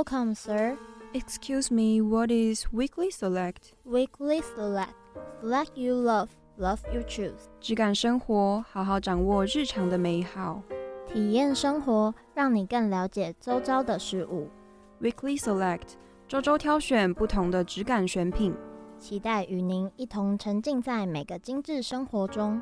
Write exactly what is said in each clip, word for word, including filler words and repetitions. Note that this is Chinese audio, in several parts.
Welcome, sir. Excuse me, what is weekly select? Weekly select. Select you love, love you choose. 质感生活，好好掌握日常的美好。 体验生活，让你更了解周遭的事物。 Weekly select， 周周挑选不同的质感选品， 期待与您一同沉浸在每个精致生活中。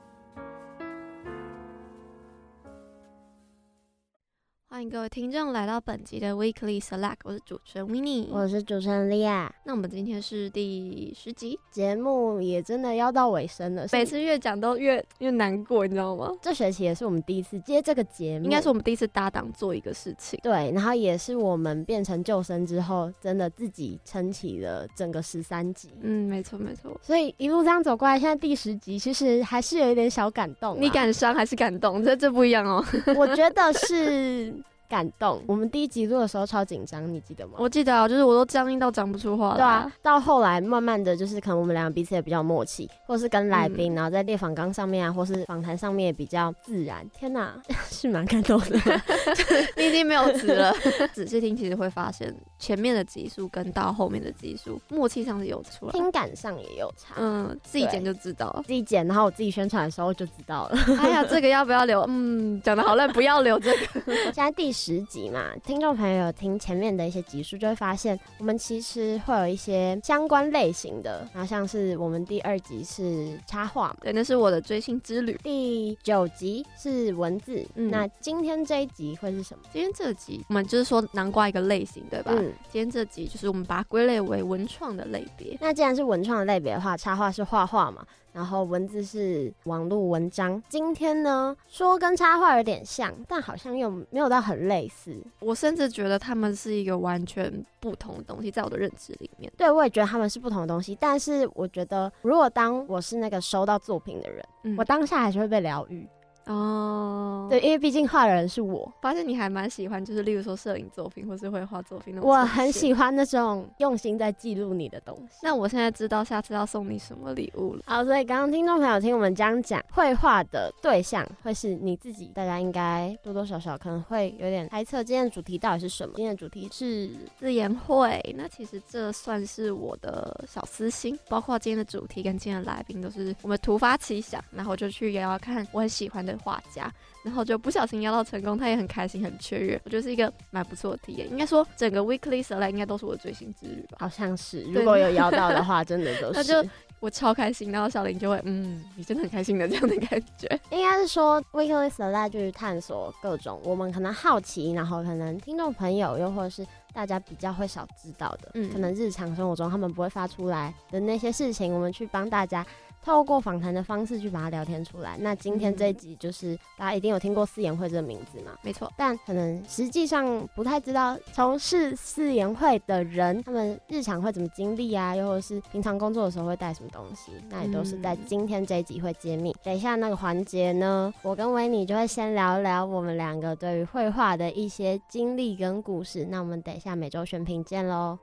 欢迎各位听众来到本集的 Weekly Select， 我是主持人 Winnie， 我是主持人莉亚。 那我们今天是第十集， 节目也真的要到尾声了， 每次越讲都越越难过，你知道吗？ 这学期也是我们第一次接这个节目， 应该是我们第一次搭档做一个事情， 对，然后也是我们变成救生之后，真的自己撑起了整个十三集。 嗯，没错没错。 所以一路这样走过来，现在第十集，其实还是有一点小感动。 你感伤还是感动？这这不一样哦。 我觉得是感动。我们第一集录的时候超紧张，你记得吗？ 我记得啊，就是我都僵硬到讲不出话来。 对啊，到后来慢慢的就是可能我们两个彼此也比较默契，或是跟来宾、嗯、然后在列访纲上面啊，或是访谈上面也比较自然。天哪，是蛮感动的。 你已经没有词了。仔细听其实会发现前面的集数跟到后面的集数默契上是有出来， 听感上也有差。 嗯，自己剪就知道了， 自己剪，然后我自己宣传的时候就知道了。 哎呀，这个要不要留？嗯，讲得好烂，不要留这个。 现在第十集嘛，听众朋友有听前面的一些集数，就会发现我们其实会有一些相关类型的，然后像是我们第二集是插画嘛， 对，那是我的追星之旅。 第九集是文字，嗯、那今天这一集会是什么？ 今天这集我们就是说南瓜一个类型，对吧？嗯，今天这集就是我们把它归类为文创的类别。 那既然是文创的类别的话，插画是画画嘛，然后文字是网络文章。今天呢，说跟插画有点像，但好像又没有到很类似。 我甚至觉得他们是一个完全不同的东西，在我的认知里面。 对，我也觉得他们是不同的东西。但是我觉得，如果当我是那个收到作品的人，嗯、我当下还是会被疗愈。哦，对，因为毕竟画的人是我。 发现你还蛮喜欢，就是例如说摄影作品或是绘画作品那种。 我很喜欢那种用心在记录你的东西。 那我现在知道下次要送你什么礼物了。 好，所以刚刚听众朋友听我们这样讲，绘画的对象会是你自己，大家应该多多少少可能会有点猜测今天的主题到底是什么。今天的主题是自研会，那其实这算是我的小私心，包括今天的主题跟今天的来宾都是我们突发奇想，然后就去摇摇看我很喜欢的画家，然后就不小心邀到成功，他也很开心很雀跃，我觉得是一个蛮不错的体验。应该说整个 Weekly Select 应该都是我的追星之旅吧， 好像是，如果有邀到的话真的都是。 那就我超开心，然后小林就会嗯你真的很开心的这样的感觉。 应该是说 Weekly Select 就是探索各种我们可能好奇，然后可能听众朋友又或者是大家比较会少知道的、嗯、可能日常生活中他们不会发出来的那些事情，我们去帮大家透过访谈的方式去把它聊天出来。那今天这一集就是、嗯、大家一定有听过四研会这个名字嘛？ 没错， 但可能实际上不太知道从事四研会的人他们日常会怎么经历啊，又或者是平常工作的时候会带什么东西，那也都是在今天这一集会揭秘、嗯、等一下那个环节呢，我跟维尼就会先聊聊我们两个对于绘画的一些经历跟故事。那我们等一下每周选品见咯。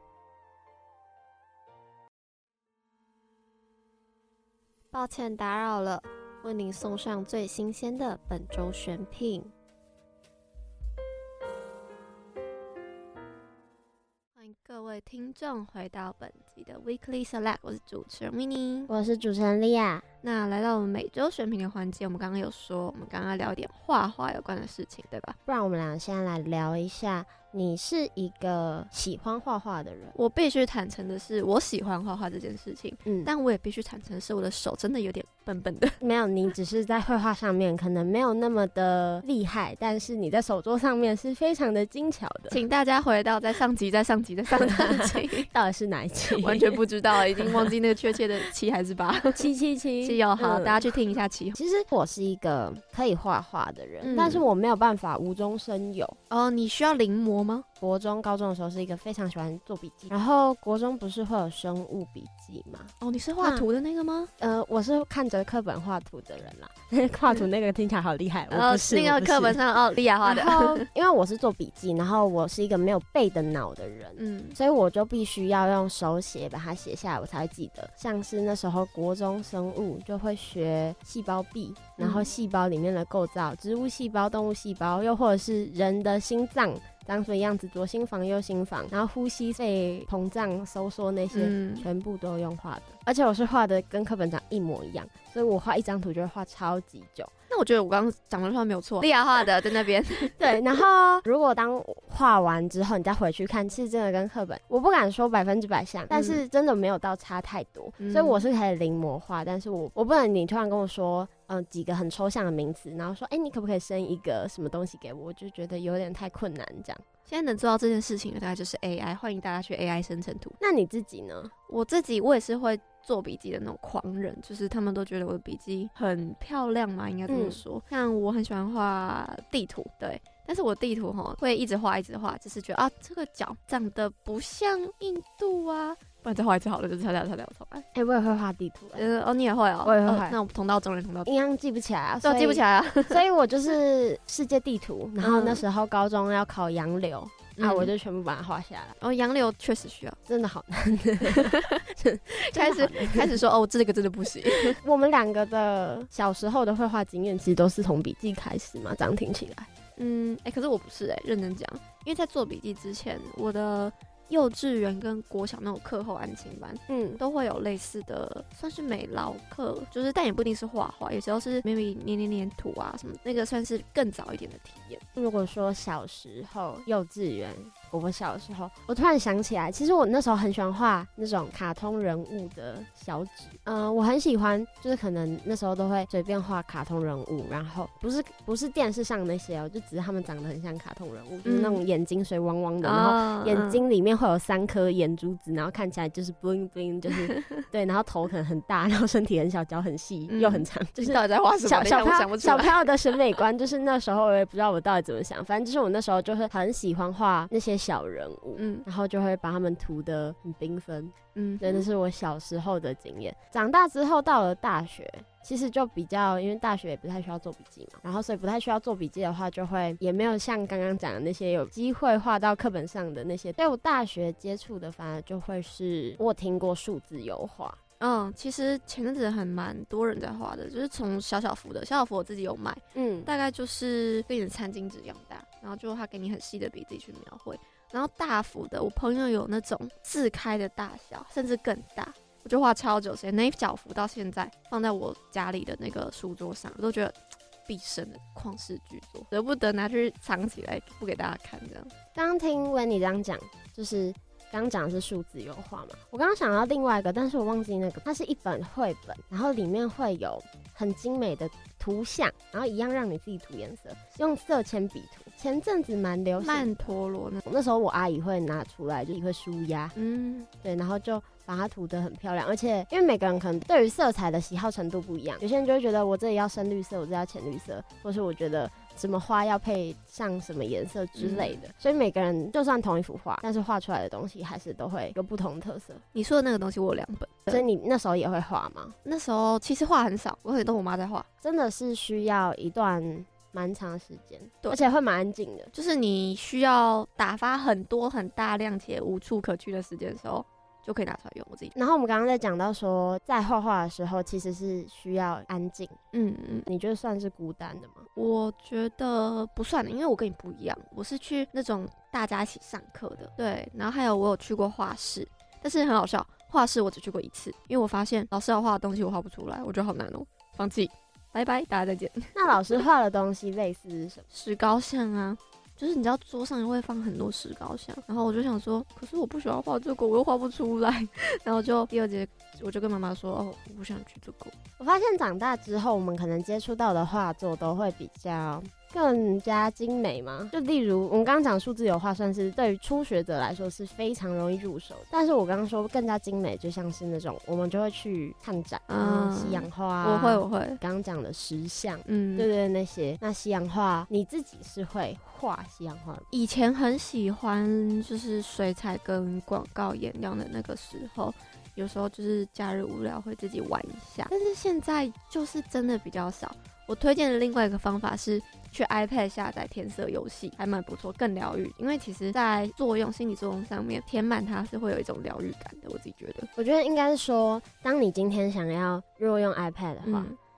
抱歉打扰了，为您送上最新鲜的本周选品。欢迎各位听众回到本集的 Weekly Select， 我是主持人 Winnie， 我是主持人莉亚。 那来到我们每周选品的环节，我们刚刚有说，我们刚刚聊一点画画有关的事情，对吧？ 不然我们俩先来聊一下，你是一个喜欢画画的人。 我必须坦诚的是，我喜欢画画这件事情，嗯，但我也必须坦诚的是，我的手真的有点笨笨的。 没有，你只是在绘画上面可能没有那么的厉害，但是你在手作上面是非常的精巧的。 请大家回到在上集、在上集、在上集， 到底是哪一集？ 完全不知道，已经忘记那个确切的七还是八？ 七七七七有好、嗯，大家去听一下七。 其实我是一个可以画画的人、嗯，但是我没有办法无中生有。 哦，你需要临摹吗？ 国中、高中的时候是一个非常喜欢做笔记，然后国中不是会有生物笔记吗？ 哦，你是画图的那个吗？ 呃，我是看着课本画图的人啦。画图那个听起来好厉害，我不是。 那个课本上哦，莉亚画的。 然后因为我是做笔记，然后我是一个没有背的脑的人，嗯，所以我就必须要用手写把它写下来，我才会记得。像是那时候国中生物就会学细胞壁，然后细胞里面的构造，植物细胞、动物细胞，又或者是人的心脏长什么样子，左心房右心房，然后呼吸肺膨胀收缩那些、嗯、全部都用画的，而且我是画的跟课本长一模一样，所以我画一张图就会画超级久。 那我觉得我刚刚讲的话没有错，莉亚画的在那边对，然后如果当画完之后你再回去看，其实真的跟课本我不敢说百分之百像、嗯、但是真的没有到差太多、嗯、所以我是可以临摹画，但是我我不能你突然跟我说嗯、呃，几个很抽象的名词，然后说哎、欸，你可不可以生一个什么东西给我，我就觉得有点太困难这样。 现在能做到这件事情的大概就是 A I， 欢迎大家去 A I 生成图。 那你自己呢？ 我自己我也是会做笔记的那种狂人，就是他们都觉得我的笔记很漂亮嘛，应该这么说、嗯、像我很喜欢画地图，对，但是我地图齁会一直画一直画，就是觉得啊这个角长得不像印度啊，不然再画一次好了，就是擦掉擦掉重来。 哎、欸，我也会画地图、欸。 呃，哦，你也会哦， 我也会、 哦。那我同道中人，同道中人。 一样记不起来啊， 对，记不起来啊。 所以我就是世界地图，然后那时候高中要考洋流、嗯、啊，我就全部把它画下来。 哦，洋流确实需要， 真的好难。 开始开始说哦，这个真的不行。 我们两个的小时候的绘画经验，其实都是从笔记开始嘛，这样听起来。 嗯，哎、欸，可是我不是哎、欸，认真讲，因为在做笔记之前，我的幼稚园跟国小那种课后安亲班，嗯，都会有类似的，算是美劳课，就是但也不一定是画画，有时候是 maybe 捏捏黏土啊什么，那个算是更早一点的体验。 如果说小时候幼稚园，我小的时候，我突然想起来，其实我那时候很喜欢画那种卡通人物的小纸，嗯、呃，我很喜欢，就是可能那时候都会随便画卡通人物，然后不是不是电视上那些哦，就只是他们长得很像卡通人物，嗯、就是那种眼睛水汪汪的，然后眼睛里面会有三颗眼珠子，然后看起来就是 bling bling， 就是对，然后头可能很大，然后身体很小，脚很细、嗯、又很长，就是到底在画什么？ 小小飘小飘的审美观，就是那时候我也不知道我到底怎么想，反正就是我那时候就是很喜欢画那些小人物，嗯，然后就会把他们涂得很缤纷，嗯，真的是我小时候的经验。长大之后到了大学，其实就比较，因为大学也不太需要做笔记嘛，然后所以不太需要做笔记的话，就会也没有像刚刚讲的那些有机会画到课本上的那些。所以我大学接触的反而就会是我有听过数字油画。 嗯，其实前阵子还蛮多人在画的，就是从小小幅的，小小幅我自己有买，嗯，大概就是跟你的餐巾纸一样大，然后就他给你很细的笔自己去描绘，然后大幅的，我朋友有那种字开的大小，甚至更大，我就画超久时间，那一小幅到现在放在我家里的那个书桌上，我都觉得毕生的旷世巨作，舍不得拿去藏起来不给大家看这样。 刚刚听温妮这样讲，就是刚刚讲的是数字油画嘛，我刚刚想到另外一个，但是我忘记那个，它是一本绘本，然后里面会有很精美的图像，然后一样让你自己涂颜色，用色铅笔涂。前阵子蛮流行曼陀罗呢， 那时候我阿姨会拿出来，就会舒压，嗯，对，然后就把它涂得很漂亮，而且因为每个人可能对于色彩的喜好程度不一样，有些人就会觉得我这里要深绿色，我这里要浅绿色，或是我觉得什么花要配上什么颜色之类的、嗯、所以每个人就算同一幅画，但是画出来的东西还是都会有不同的特色。 你说的那个东西我有两本， 所以你那时候也会画吗？ 那时候其实画很少，我很多我妈在画， 真的是需要一段蛮长时间，对，而且会蛮安静的， 就是你需要打发很多很大量且无处可去的时间的时候就可以拿出来用。我自己， 然后我们刚刚在讲到说在画画的时候其实是需要安静，嗯嗯，你觉得算是孤单的吗？ 我觉得不算的，因为我跟你不一样，我是去那种大家一起上课的，对，然后还有我有去过画室，但是很好笑，画室我只去过一次，因为我发现老师要画的东西我画不出来，我觉得好难哦，放弃，拜拜，大家再见。 那老师画的东西类似是什么？ 石膏像啊，就是你知道桌上会放很多石膏像，然后我就想说，可是我不喜欢画这个，我又画不出来，然后就第二节我就跟妈妈说，哦，我不想去这个。 我发现长大之后，我们可能接触到的画作都会比较更加精美嘛，就例如我们刚刚讲数字油画，算是对于初学者来说是非常容易入手，但是我刚刚说更加精美，就像是那种我们就会去看展，嗯，西洋画、啊， 我会我会， 刚刚讲的石像，嗯，对对，那些。那西洋画你自己是会画西洋画吗？ 以前很喜欢，就是水彩跟广告颜料的那个时候。有时候就是假日无聊会自己玩一下，但是现在就是真的比较少。我推荐的另外一个方法是去 iPad 下载填色游戏，还蛮不错，更疗愈。因为其实在作用心理作用上面填满它是会有一种疗愈感的，我自己觉得。 我觉得应该是说，当你今天想要如果用 iPad 的话、嗯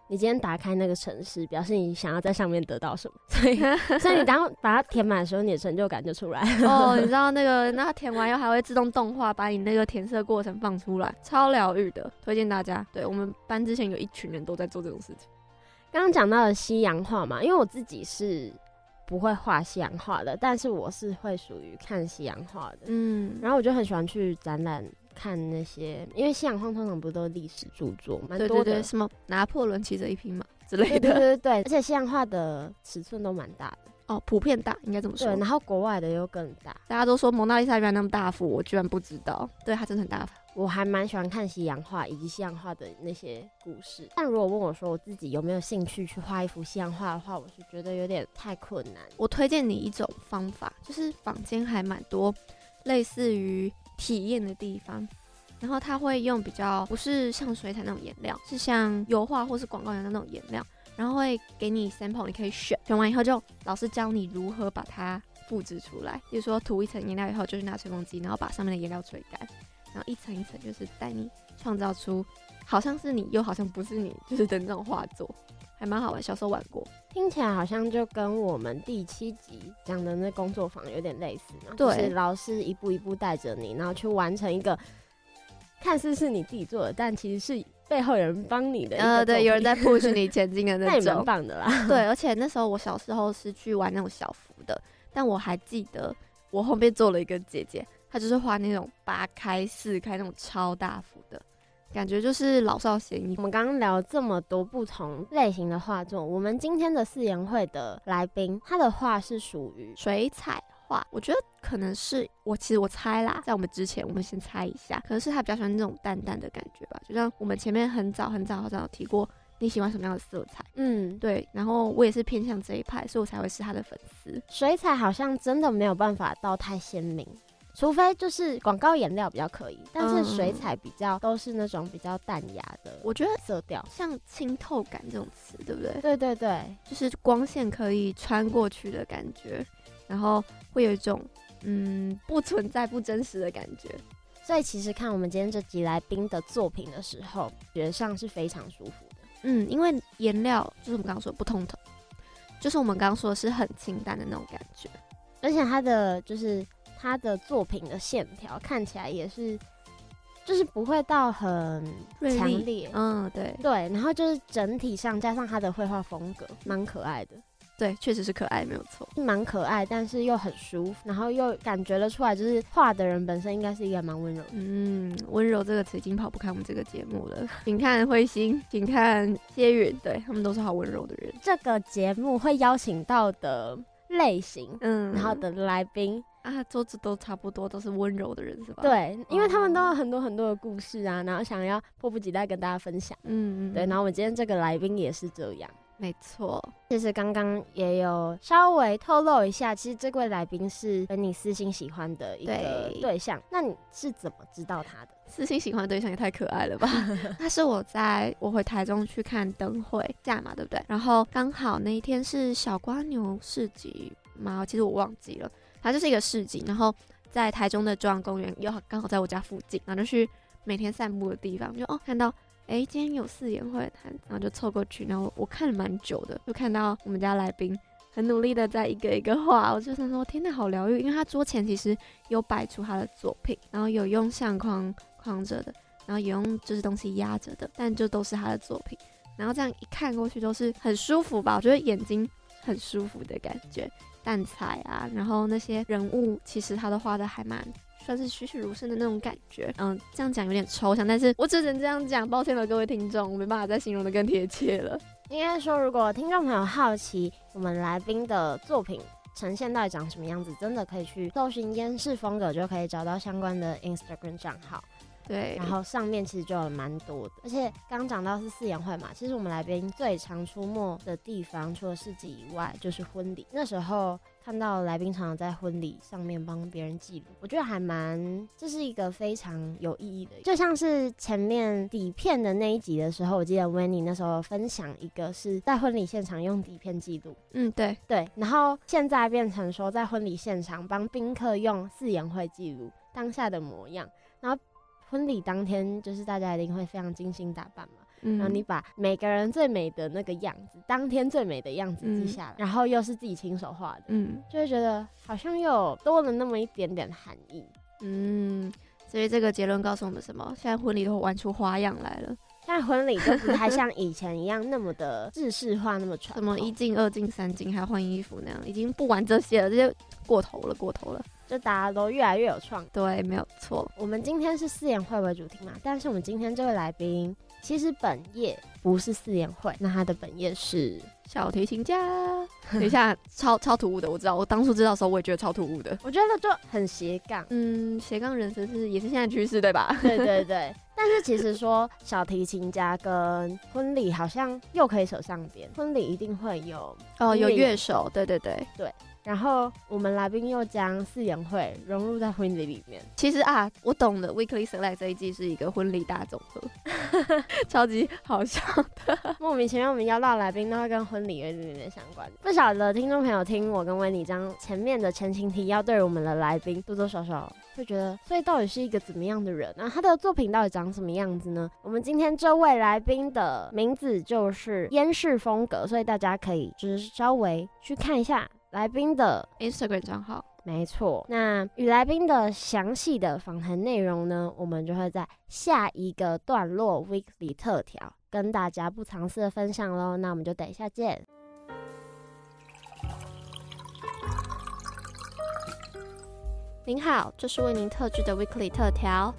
你今天打开那个程式，表示你想要在上面得到什么，所以所以你当把它填满的时候，你的成就感就出来了。 哦，你知道那个，那填完以后还会自动动画把你那个填色过程放出来，超疗愈的，推荐大家。对，我们班之前有一群人都在做这种事情。 刚刚讲到的西洋画嘛，因为我自己是不会画西洋画的，但是我是会属于看西洋画的，嗯，然后我就很喜欢去展览。看那些，因为西洋画通常不都是历史著作，蛮多的， 对对对，什么拿破仑骑着一匹马之类的， 对对对对，而且西洋画的尺寸都蛮大的， 哦，普遍大，应该这么说。 对，然后国外的又更大， 大家都说蒙娜丽莎原来那么大幅，我居然不知道，对，它真的很大幅。 我还蛮喜欢看西洋画以及西洋画的那些故事，但如果问我说我自己有没有兴趣去画一幅西洋画的话，我是觉得有点太困难。 我推荐你一种方法，就是坊间还蛮多类似于体验的地方。然后他会用比较不是像水彩那种颜料，是像油画或是广告一样的那种颜料，然后会给你 sample， 你可以选，选完以后就老师教你如何把它复制出来。比如说涂一层颜料以后，就是拿吹风机，然后把上面的颜料吹干，然后一层一层就是带你创造出好像是你又好像不是你，就是的那种画作，还蛮好玩。小时候玩过， 听起来好像就跟我们第七集讲的那工作坊有点类似嘛， 对， 就是老师一步一步带着你，然后去完成一个。看似是你自己做的，但其实是背后有人帮你的。 呃，对，有人在 push 你前进的那种， 那也蛮棒的啦。 对，而且那时候我小时候是去玩那种小幅的，但我还记得我后面做了一个姐姐，她就是画那种八开、四开那种超大幅的，感觉就是老少咸宜。 我们刚刚聊这么多不同类型的画作，我们今天的四研会的来宾，他的画是属于水彩画，我觉得可能是我其实我猜啦，在我们之前我们先猜一下，可能是他比较喜欢那种淡淡的感觉吧，就像我们前面很早很早好像有提过你喜欢什么样的色彩，嗯，对，然后我也是偏向这一派，所以我才会是他的粉丝。 水彩好像真的没有办法到太鲜明，除非就是广告颜料比较可以，但是水彩比较都是那种比较淡雅的， 我觉得色调像清透感这种词，对不对？ 对对对， 就是光线可以穿过去的感觉，然后会有一种嗯不存在不真实的感觉。 所以其实看我们今天这集来宾的作品的时候，觉得上是非常舒服的。 嗯，因为颜料就是我们刚刚说的不通透，就是我们刚刚说的是很清淡的那种感觉， 而且它的就是他的作品的线条看起来也是，就是不会到很强烈， 嗯，对对，然后就是整体上加上他的绘画风格，蛮可爱的。 对，确实是可爱，没有错， 蛮可爱，但是又很舒服，然后又感觉得出来，就是画的人本身应该是一个蛮温柔的。 嗯，温柔这个词已经跑不开我们这个节目了。请看慧心，请看谢允，对他们都是好温柔的人。 这个节目会邀请到的类型，嗯，然后的来宾啊，桌子都差不多，都是温柔的人，是吧？ 对，因为他们都有很多很多的故事啊，然后想要迫不及待跟大家分享。嗯，对，然后我们今天这个来宾也是这样。 没错， 其实刚刚也有稍微透露一下，其实这位来宾是跟你私心喜欢的一个对象，那你是怎么知道他的？ 私心喜欢的对象也太可爱了吧！那是我在我回台中去看灯会假嘛，对不对？然后刚好那一天是小瓜牛市集嘛，其实我忘记了，它就是一个市集，然后在台中的中央公园，又刚好在我家附近，然后就去每天散步的地方，就哦看到。哎，今天有四研会谈，然后就凑过去，然后我看了蛮久的，就看到我们家来宾很努力的在一个一个画，我就想说天哪，好疗愈，因为他桌前其实有摆出他的作品，然后有用相框框着的，然后有用就是东西压着的，但就都是他的作品，然后这样一看过去都是很舒服吧，我觉得眼睛很舒服的感觉，淡彩啊，然后那些人物其实他都画的还蛮。算是栩栩如生的那种感觉，嗯，这样讲有点抽象，但是我只能这样讲，抱歉了各位听众，我没办法再形容的更贴切了。 应该说，如果听众朋友好奇我们来宾的作品呈现到底长什么样子，真的可以去搜寻烟视风格，就可以找到相关的 Instagram 账号。 对， 然后上面其实就有蛮多的，而且刚讲到是四研会嘛，其实我们来宾最常出没的地方，除了市集以外，就是婚礼。那时候看到来宾常常在婚礼上面帮别人记录，我觉得还蛮，这是一个非常有意义的，就像是前面底片的那一集的时候，我记得 Winnie 那时候分享一个是在婚礼现场用底片记录， 嗯，对对，然后现在变成说在婚礼现场帮宾客用四研会记录当下的模样，然后。婚礼当天就是大家一定会非常精心打扮嘛， 嗯、然后你把每个人最美的那个样子，当天最美的样子记下来，嗯、然后又是自己亲手画的，嗯，就会觉得好像又多了那么一点点含义。 嗯，所以这个结论告诉我们什么？现在婚礼都玩出花样来了。 现在婚礼就不太像以前一样那么的制式化，那么传统， 什么一进二进三进还要换衣服那样，已经不玩这些了，这些过头了，过头了。 就大家都越来越有创意。 对，没有错。 我们今天是四言会为主题嘛，但是我们今天这位来宾其实本业不是四言会，那他的本业是小提琴家。等一下，超超突兀的，我知道，我当初知道的时候我也觉得超突兀的。 我觉得就很斜杠， 嗯，斜杠人生是也是现在趋势，对吧？ 对对对。但是其实说小提琴家跟婚礼好像又可以扯上边，婚礼一定会有哦，有乐手，对对对对。然后我们来宾又将四言会融入在婚礼里面。 其实啊，我懂了 ，Weekly Select 这一季是一个婚礼大总和，超级好笑的。 莫名其妙，我们邀到来宾都会跟婚礼有一点点相关。不晓得听众朋友听我跟维尼将前面的前情提要，对于我们的来宾多多少少会觉得，所以到底是一个怎么样的人啊？他的作品到底长什么样子呢？我们今天这位来宾的名字就是烟式风格，所以大家可以就是稍微去看一下来宾的 Instagram 账号。 没错，那与来宾的详细的访谈内容呢，我们就会在下一个段落 Weekly 特调跟大家不藏私的分享咯。那我们就等一下见。 您好，这是为您特制的 Weekly 特调。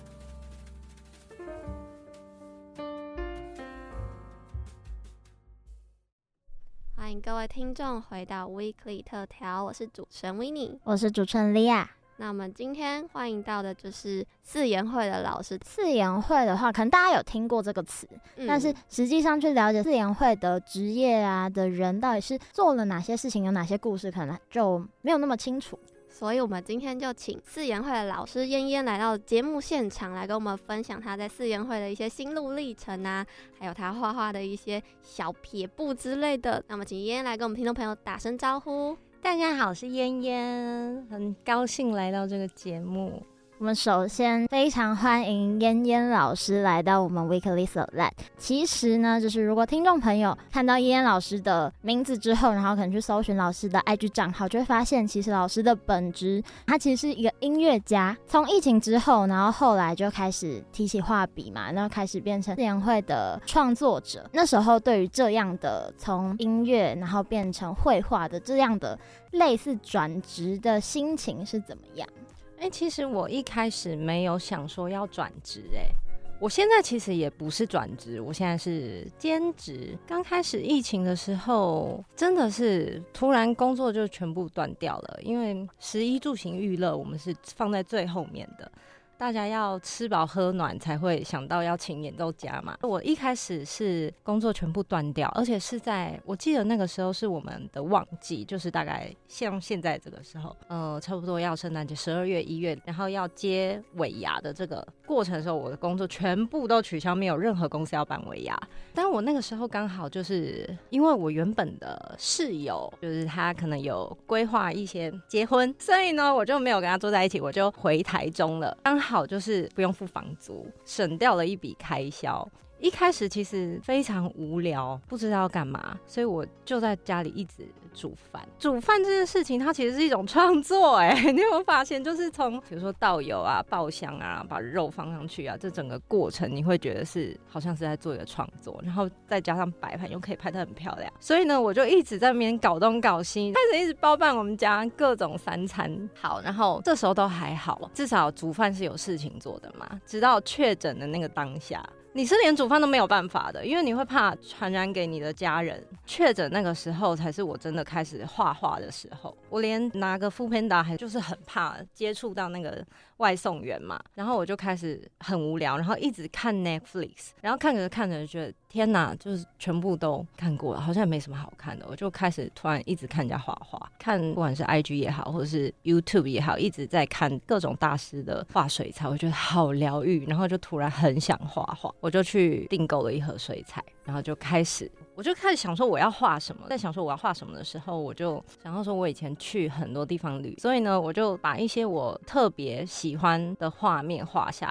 欢迎各位听众回到 Weekly 特调，我是主持人 Winnie， 我是主持人 Lia。 那我们今天欢迎到的就是四言会的老师。 四言会的话，可能大家有听过这个词、嗯，但是实际上去了解四言会的职业啊的人到底是做了哪些事情，有哪些故事，可能就没有那么清楚。 所以我们今天就请四言会的老师燕燕来到节目现场，来跟我们分享他在四言会的一些心路历程啊，还有他画画的一些小撇步之类的。那么请燕燕来跟我们听众朋友打声招呼。 大家好，我是燕燕，很高兴来到这个节目。 我们首先非常欢迎燕燕老师来到我们 Weekly Select。其实呢，就是如果听众朋友看到燕燕老师的名字之后，然后可能去搜寻老师的 I G 账号，就会发现其实老师的本职他其实是一个音乐家。从疫情之后，然后后来就开始提起画笔嘛，然后开始变成四言会的创作者。那时候对于这样的从音乐然后变成绘画的这样的类似转职的心情是怎么样？ 哎、欸，其实我一开始没有想说要转职，哎，我现在其实也不是转职，我现在是兼职。刚开始疫情的时候，真的是突然工作就全部断掉了，因为食衣住行娱乐我们是放在最后面的。大家要吃饱喝暖才会想到要请演奏家嘛。我一开始是工作全部断掉，而且是在我记得那个时候是我们的旺季，就是大概像现在这个时候，呃，差不多要圣诞节十二月一月，然后要接尾牙的这个过程的时候，我的工作全部都取消，没有任何公司要办尾牙。但我那个时候刚好就是因为我原本的室友就是他可能有规划一些结婚，所以呢我就没有跟他坐在一起，我就回台中了，刚好就是不用付房租，省掉了一笔开销。一开始其实非常无聊，不知道要干嘛，所以我就在家里一直煮饭。煮饭这件事情它其实是一种创作，哎，你有没有发现，就是从比如说倒油啊、爆香啊、把肉放上去啊，这整个过程你会觉得是好像是在做一个创作，然后再加上摆盘又可以拍得很漂亮，所以呢我就一直在那边搞东搞西，开始一直包办我们家各种三餐。好，然后这时候都还好，至少煮饭是有事情做的嘛。直到确诊的那个当下，你是连煮饭都没有办法的，因为你会怕传染给你的家人。确诊那个时候才是我真的开始画画的时候，我连拿个 Foodpanda 还就是很怕接触到那个外送员嘛，然后我就开始很无聊，然后一直看 Netflix， 然后看着看着就觉得天哪，就是全部都看过了，好像也没什么好看的，我就开始突然一直看人家画画，看不管是 I G 也好或者是 YouTube 也好，一直在看各种大师的画水彩，我觉得好疗愈，然后就突然很想画画，我就去订购了一盒水彩，然后就开始我就开始想说我要画什么，在想说我要画什么的时候，我就想到说我以前去很多地方旅，所以呢我就把一些我特别喜欢的画面画下来，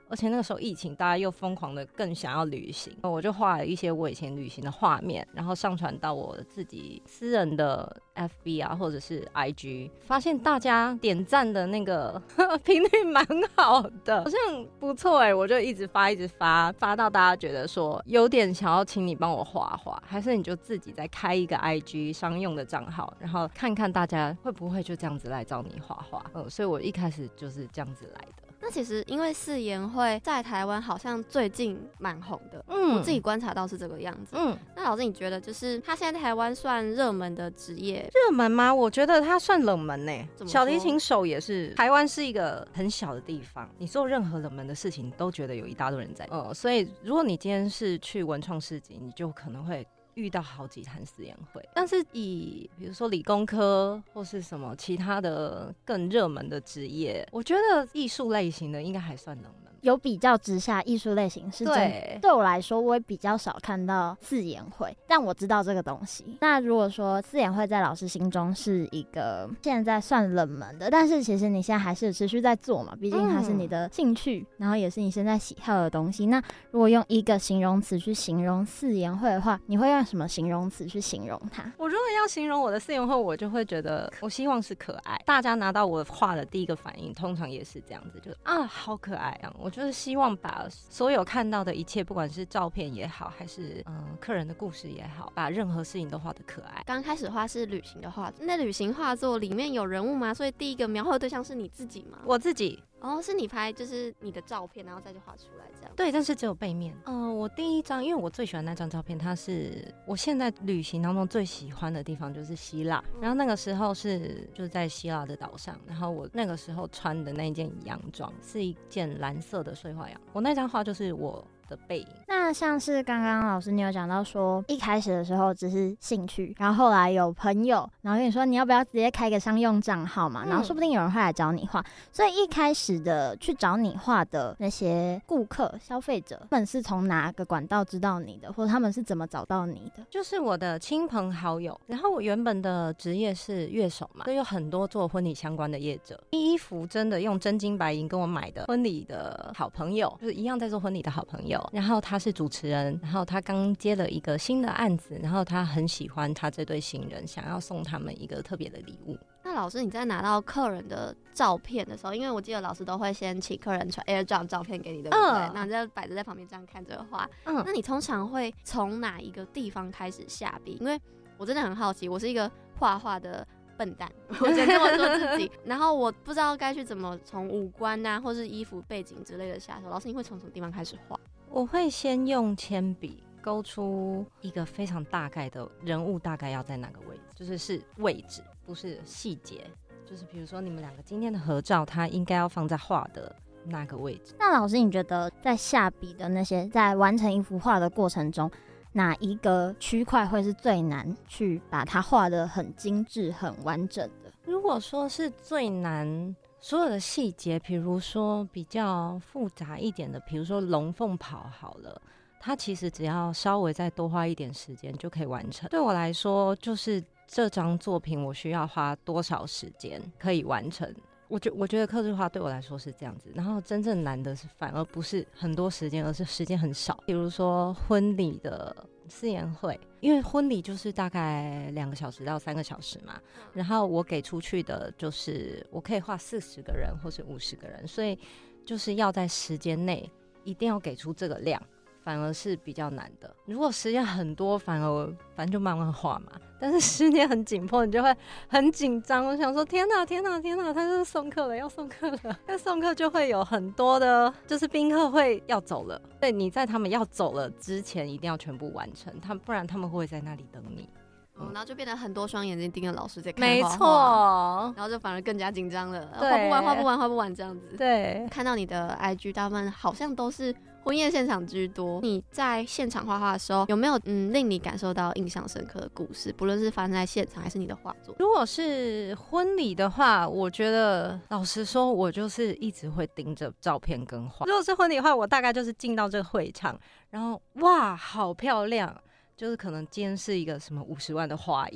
而且那个时候疫情，大家又疯狂的更想要旅行，我就画了一些我以前旅行的画面，然后上传到我自己私人的 F B 啊，或者是 I G， 发现大家点赞的那个频率蛮好的，好像不错哎、欸，我就一直发一直发，发到大家觉得说有点想要请你帮我画画，还是你就自己再开一个 I G 商用的账号，然后看看大家会不会就这样子来找你画画。嗯，所以我一开始就是这样子来的。 那其实因为四言会在台湾好像最近蛮红的， 嗯， 我自己观察到是这个样子。嗯，那老师你觉得就是他现在台湾算热门的职业？ 热门吗？我觉得他算冷门呢、欸。小提琴手也是，台湾是一个很小的地方，你做任何冷门的事情都觉得有一大堆人在。呃，所以如果你今天是去文创市集，你就可能会遇到好几摊四言会，但是以比如说理工科或是什么其他的更热门的职业，我觉得艺术类型的应该还算冷门。 有比较之下，艺术类型是真对对我来说，我也比较少看到四言会，但我知道这个东西。那如果说四言会在老师心中是一个现在算冷门的，但是其实你现在还是持续在做嘛，毕竟它是你的兴趣，嗯、然后也是你现在喜好的东西。那如果用一个形容词去形容四言会的话，你会用什么形容词去形容它？ 我如果要形容我的四言会，我就会觉得我希望是可爱。大家拿到我画的第一个反应，通常也是这样子，就是啊，好可爱啊！我就是希望把所有看到的一切，不管是照片也好，还是嗯客人的故事也好，把任何事情都画得可爱。 刚开始画是旅行的画作，那旅行画作里面有人物吗？所以第一个描绘的对象是你自己吗？ 我自己。 哦，是你拍就是你的照片，然后再去画出来这样。 对，但是只有背面。嗯、呃，我第一张，因为我最喜欢那张照片，它是我现在旅行当中最喜欢的地方，就是希腊。然后那个时候是就是在希腊的岛上，然后我那个时候穿的那一件洋装是一件蓝色的碎花洋。我那张画就是我的背影。 那像是刚刚老师你有讲到说，一开始的时候只是兴趣，然后后来有朋友，然后跟你说你要不要直接开个商用账号嘛，嗯、然后说不定有人会来找你画。所以一开始的去找你画的那些顾客、消费者，他们是从哪个管道知道你的，或者他们是怎么找到你的？ 就是我的亲朋好友。然后我原本的职业是乐手嘛，所以有很多做婚礼相关的业者，衣服真的用真金白银跟我买的婚礼的好朋友，就是一样在做婚礼的好朋友。然后他是主持人，然后他刚接了一个新的案子，然后他很喜欢他这对新人，想要送他们一个特别的礼物。 那老师你在拿到客人的照片的时候，因为我记得老师都会先请客人传 AirDrop 照片给你，对不对？嗯、那你就摆着在旁边这样看这个画。嗯，那你通常会从哪一个地方开始下笔？因为我真的很好奇，我是一个画画的笨蛋，我只能这么说自己。然后我不知道该去怎么从五官啊，或是衣服背景之类的下手。老师，你会从什么地方开始画？ 我会先用铅笔勾出一个非常大概的人物，大概要在哪个位置，就是是位置，不是细节。就是比如说你们两个今天的合照，它应该要放在画的那个位置。 那老师，你觉得在下笔的那些，在完成一幅画的过程中，哪一个区块会是最难去把它画得很精致、很完整的？ 如果说是最难，所有的细节，比如说比较复杂一点的，比如说龙凤袍好了，它其实只要稍微再多花一点时间就可以完成。对我来说，就是这张作品我需要花多少时间可以完成。我觉我觉得客制化对我来说是这样子，然后真正难的是反而不是很多时间，而是时间很少。比如说婚礼的四言会，因为婚礼就是大概两个小时到三个小时嘛，然后我给出去的就是我可以画四十个人或是五十个人，所以就是要在时间内一定要给出这个量，反而是比较难的。如果时间很多，反而反正就慢慢画嘛。但是时间很紧迫，你就会很紧张。我想说，天哪，天哪，天哪，他就是送客了，要送客了。那送客就会有很多的，就是宾客会要走了。对，你在他们要走了之前，一定要全部完成，他不然他们会在那里等你。 嗯，然后就变得很多双眼睛盯着老师在看画画， 没错， 然后就反而更加紧张了，画不完，画不完，画不完这样子。 对， 看到你的 I G， 大部分好像都是婚宴现场居多。你在现场画画的时候，有没有嗯令你感受到印象深刻的故事？不论是发生在现场还是你的画作。 如果是婚礼的话，我觉得老实说，我就是一直会盯着照片跟画。如果是婚礼的话，我大概就是进到这个会场，然后哇，好漂亮。就是可能今天是一个什么五十万的花艺，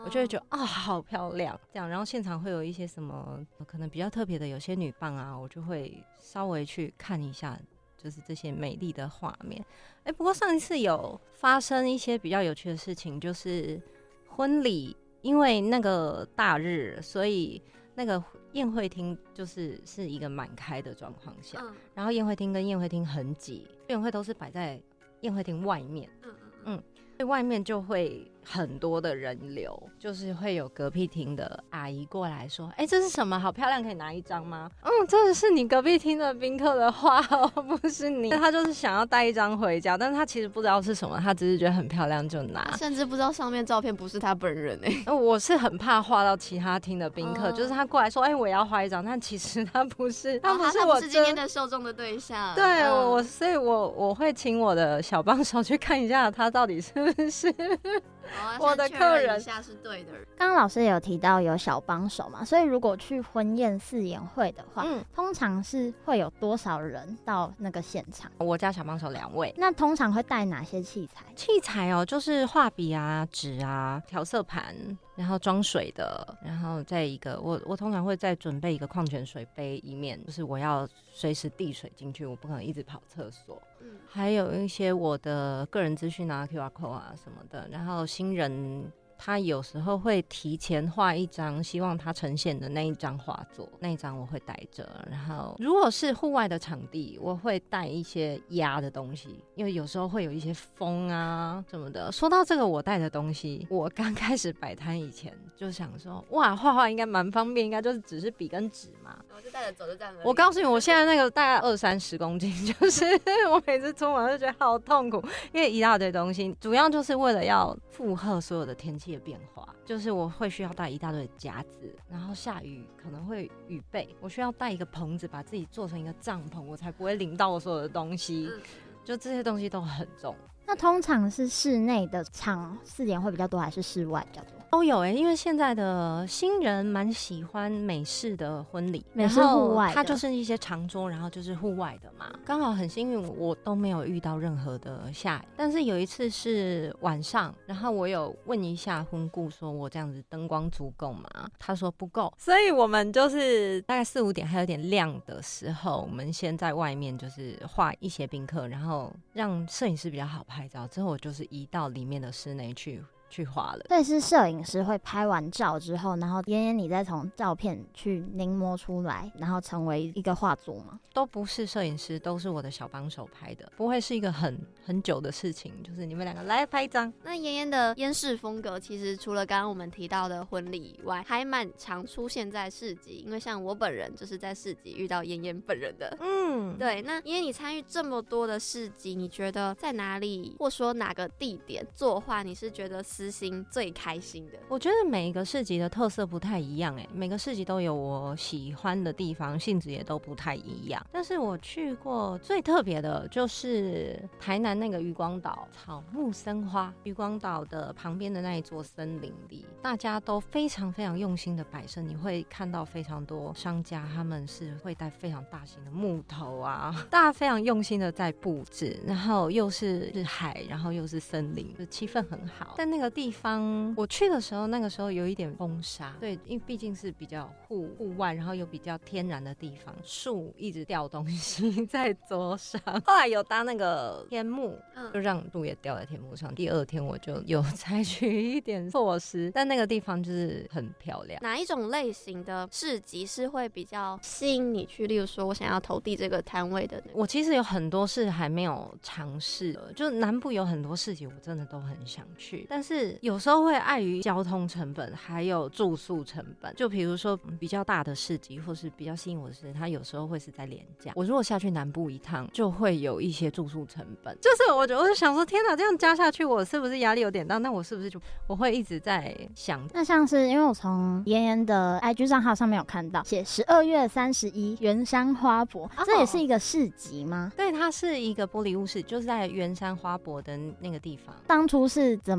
我就会觉得啊、哦，好漂亮这样。然后现场会有一些什么可能比较特别的，有些女棒啊，我就会稍微去看一下，就是这些美丽的画面。哎，不过上一次有发生一些比较有趣的事情，就是婚礼，因为那个大日，所以那个宴会厅就是是一个满开的状况下、嗯，然后宴会厅跟宴会厅很挤，宴会都是摆在宴会厅外面，嗯嗯嗯，所以外面就会很多的人流，就是会有隔壁厅的阿姨过来说：“哎、欸，这是什么？好漂亮，可以拿一张吗？”嗯，这个是你隔壁厅的宾客的画哦，不是你。他就是想要带一张回家，但是他其实不知道是什么，他只是觉得很漂亮就拿， 甚至不知道上面照片不是他本人哎、 欸。我是很怕画到其他厅的宾客、哦，就是他过来说：“哎、欸，我也要画一张。”但其实他不是，他不是我、哦、 他不是今天的受众的对象。 对，嗯、我所以我我会请我的小帮手去看一下他到底是不是。 哦、 我的客人一下是对的。 刚刚老师也有提到有小帮手嘛，所以如果去婚宴四言会的话、嗯，通常是会有多少人到那个现场？ 我家小帮手两位。 那通常会带哪些器材？ 器材哦，就是画笔啊、纸啊、调色盘，然后装水的，然后再一个，我我通常会再准备一个矿泉水杯，以免就是我要随时递水进去，我不可能一直跑厕所。嗯，还有一些我的个人资讯啊、Q R code 啊什么的，然后新人他有时候会提前画一张希望他呈现的那一张画作，那一张我会带着。然后如果是户外的场地，我会带一些压的东西，因为有时候会有一些风啊什么的。说到这个我带的东西，我刚开始摆摊以前就想说，哇，画画应该蛮方便，应该就是只是笔跟纸嘛， 我就带着走就这样。 我告诉你，我现在那个大概二三十公斤，就是我每次出门就觉得好痛苦，因为一大堆东西，主要就是为了要负荷所有的天气的变化，就是我会需要带一大堆的夹子，然后下雨可能会雨备，我需要带一个棚子，把自己做成一个帐篷，我才不会淋到我所有的东西，就这些东西都很重。 那通常是室内的场四言会比较多，还是室外比较多？ 都有哎、欸，因为现在的新人蛮喜欢美式的婚礼， 美式户外的， 它就是一些长桌，然后就是户外的嘛。刚好很幸运，我都没有遇到任何的下雨。但是有一次是晚上，然后我有问一下婚顾，说我这样子灯光足够吗？他说不够，所以我们就是大概四五点还有点亮的时候，我们先在外面就是画一些宾客，然后让摄影师比较好拍照。之后我就是移到里面的室内去。去画了， 所以是摄影师会拍完照之后，然后妍妍你再从照片去临摹出来，然后成为一个画作吗？ 都不是摄影师，都是我的小帮手拍的，不会是一个很很久的事情，就是你们两个来拍一张。 那妍妍的烟式风格，其实除了刚刚我们提到的婚礼以外，还蛮常出现在市集，因为像我本人就是在市集遇到妍妍本人的。嗯，对。那妍妍你参与这么多的市集，你觉得在哪里，或说哪个地点作画，你是觉得私心最开心的？ 我觉得每一个市集的特色不太一样，哎，每个市集都有我喜欢的地方，性质也都不太一样。但是我去过最特别的就是台南那个渔光岛草木生花，渔光岛的旁边的那一座森林里，大家都非常非常用心的摆设，你会看到非常多商家他们是会带非常大型的木头啊，大家非常用心的在布置，然后又是是海，然后又是森林，就气氛很好。但那个地方我去的时候，那个时候有一点风沙，对，因为毕竟是比较户户外，然后又比较天然的地方，树一直掉东西在桌上。后来有搭那个天幕，就让树也掉在天幕上。第二天我就有采取一点措施，但那个地方就是很漂亮。 哪一种类型的市集是会比较吸引你去？例如说我想要投递这个摊位的， 我其实有很多是还没有尝试的，就南部有很多市集我真的都很想去，但是有时候会碍于交通成本还有住宿成本，就比如说比较大的市集或是比较吸引我的事，它有时候会是在连假，我如果下去南部一趟就会有一些住宿成本，就是我就我就想说天哪，这样加下去我是不是压力有点大？那我是不是就我会一直在想。 那像是因为我从妍妍的 I G 账号上面有看到写十二月三十一圆山花博、哦、这也是一个市集吗？ 对，它是一个玻璃屋市，就是在圆山花博的那个地方。 当初是怎么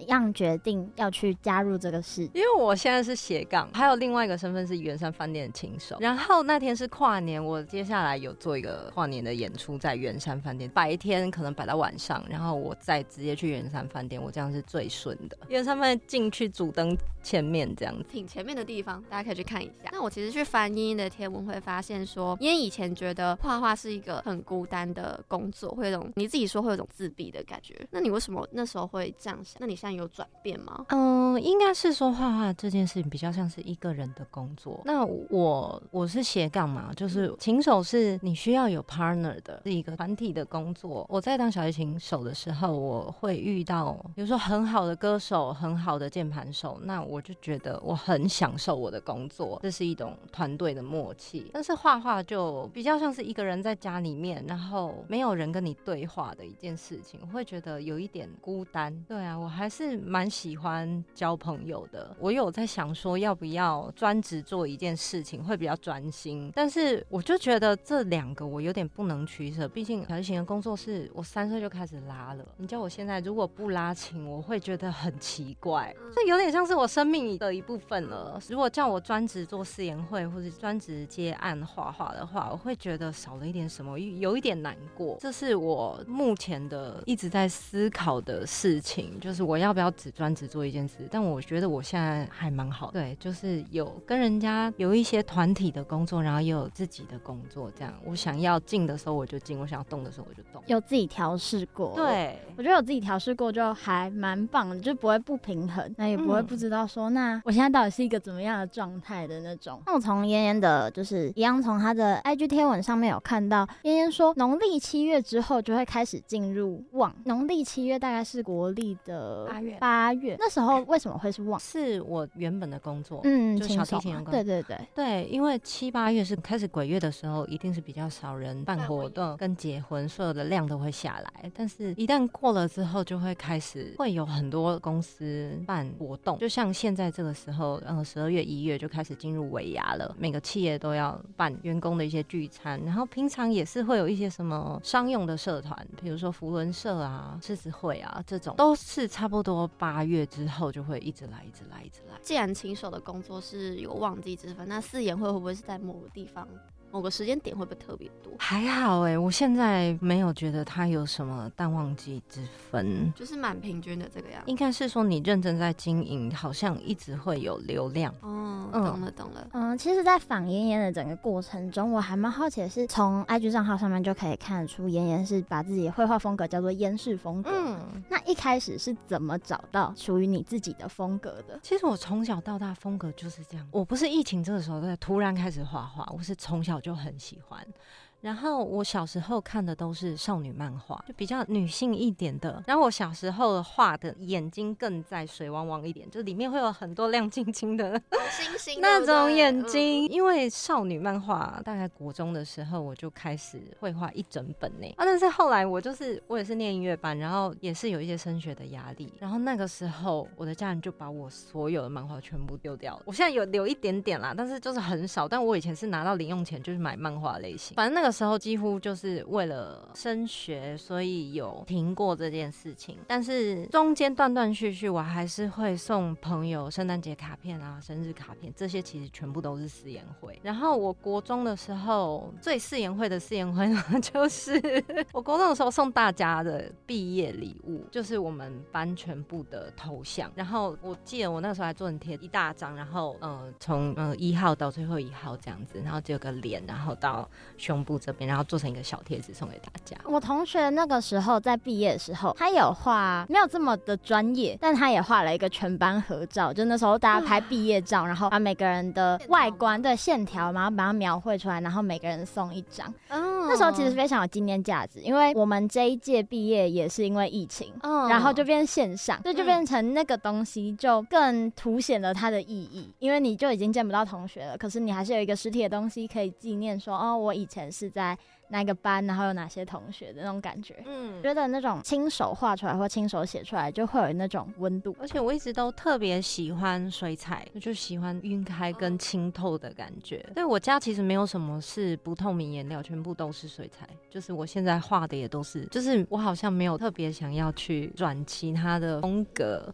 样决定要去加入这个事？ 因为我现在是斜杠，还有另外一个身份是圆山饭店的琴手。然后那天是跨年，我接下来有做一个跨年的演出在圆山饭店，白天可能摆到晚上，然后我再直接去圆山饭店，我这样是最顺的。圆山饭店进去主灯前面这样子， 挺前面的地方，大家可以去看一下。那我其实去翻茵茵的贴文会发现说，茵茵以前觉得画画是一个很孤单的工作，会有种你自己说会有种自闭的感觉。那你为什么那时候会这样想？那你现在有转变吗？ 嗯，应该是说画画这件事情比较像是一个人的工作。那我我是斜杠嘛，就是琴手是你需要有 partner 的，是一个团体的工作。我在当小提琴手的时候，我会遇到比如说很好的歌手、很好的键盘手，那我就觉得我很享受我的工作，这是一种团队的默契。但是画画就比较像是一个人在家里面，然后没有人跟你对话的一件事情，我会觉得有一点孤单。对啊，我还是蛮喜欢交朋友的。我有在想说要不要专职做一件事情会比较专心，但是我就觉得这两个我有点不能取舍，毕竟小提琴的工作是我三岁就开始拉了，你叫我现在如果不拉琴，我会觉得很奇怪，这有点像是我生命的一部分了。如果叫我专职做试研会或者专职接案画画的话，我会觉得少了一点什么，有一点难过。这是我目前的一直在思考的事情，就是我要不要只专职做一件事。但我觉得我现在还蛮好的，对，就是有跟人家有一些团体的工作，然后也有自己的工作，这样我想要静的时候我就静，我想要动的时候我就动， 有自己调试过。 对， 我觉得有自己调试过就还蛮棒的，就不会不平衡，那也不会不知道说、嗯、那我现在到底是一个怎么样的状态的那种。那我从妍妍的就是一样从她的 I G 贴文上面有看到妍妍说农历七月之后就会开始进入旺，农历七月大概是国历的八月八月，那时候为什么会是旺？ 是我原本的工作， 嗯， 就小提琴的工作。 对对对对，因为七八月是开始鬼月的时候，一定是比较少人办活动跟结婚，所有的量都会下来。但是一旦过了之后，就会开始会有很多公司办活动，就像现在这个时候，呃，十二月一月就开始进入尾牙了，每个企业都要办员工的一些聚餐，然后平常也是会有一些什么商用的社团，比如说福伦社啊、狮子会啊，这种都是差不多八月之后就会一直来、一直来、一直来。 既然琴手的工作是有旺季之分，那试研会会不会是在某个地方？某个时间点会不会特别多？ 还好哎、欸，我现在没有觉得它有什么淡旺季之分， 就是蛮平均的这个样子。 应该是说你认真在经营，好像一直会有流量。 哦，懂了懂了。 嗯，其实，在访妍妍的整个过程中，我还蛮好奇的是，从 I G 账号上面就可以看得出，妍妍是把自己的绘画风格叫做烟式风格。嗯，那一开始是怎么找到属于你自己的风格的？ 其实我从小到大风格就是这样，我不是疫情这个时候在突然开始画画，我是从小就很喜欢。然后我小时候看的都是少女漫画，就比较女性一点的。然后我小时候画的眼睛更在水汪汪一点，就里面会有很多亮晶晶的星星那种眼睛。嗯、因为少女漫画大概国中的时候我就开始会画一整本呢、啊。但是后来我就是我也是念音乐班，然后也是有一些升学的压力。然后那个时候我的家人就把我所有的漫画全部丢掉了。我现在有留一点点啦，但是就是很少。但我以前是拿到零用钱就是买漫画类型，反正那个时候几乎就是为了升学，所以有停过这件事情。但是中间断断续续，我还是会送朋友圣诞节卡片啊、生日卡片，这些其实全部都是试研会。然后我国中的时候，最试研会的试研会呢，就是我国中的时候送大家的毕业礼物，就是我们班全部的头像。然后我记得我那个时候还做成贴一大张，然后呃从呃一号到最后一号这样子，然后只有个脸，然后到胸部这边，然后做成一个小贴纸送给大家。 我同学那个时候在毕业的时候，他有画，没有这么的专业，但他也画了一个全班合照，就那时候大家拍毕业照，然后把每个人的外观的线条，然后把它描绘出来，然后每个人送一张。嗯，那时候其实非常有纪念价值，因为我们这一届毕业也是因为疫情，嗯，然后就变线上，所以就变成那个东西就更凸显了它的意义，因为你就已经见不到同学了，可是你还是有一个实体的东西可以纪念说，哦，我以前是在哪个班，然后有哪些同学的那种感觉。嗯，觉得那种亲手画出来或亲手写出来就会有那种温度。 而且我一直都特别喜欢水彩，就喜欢晕开跟清透的感觉。所以我家其实没有什么是不透明颜料，全部都是水彩。就是我现在画的也都是，就是我好像没有特别想要去转其他的风格。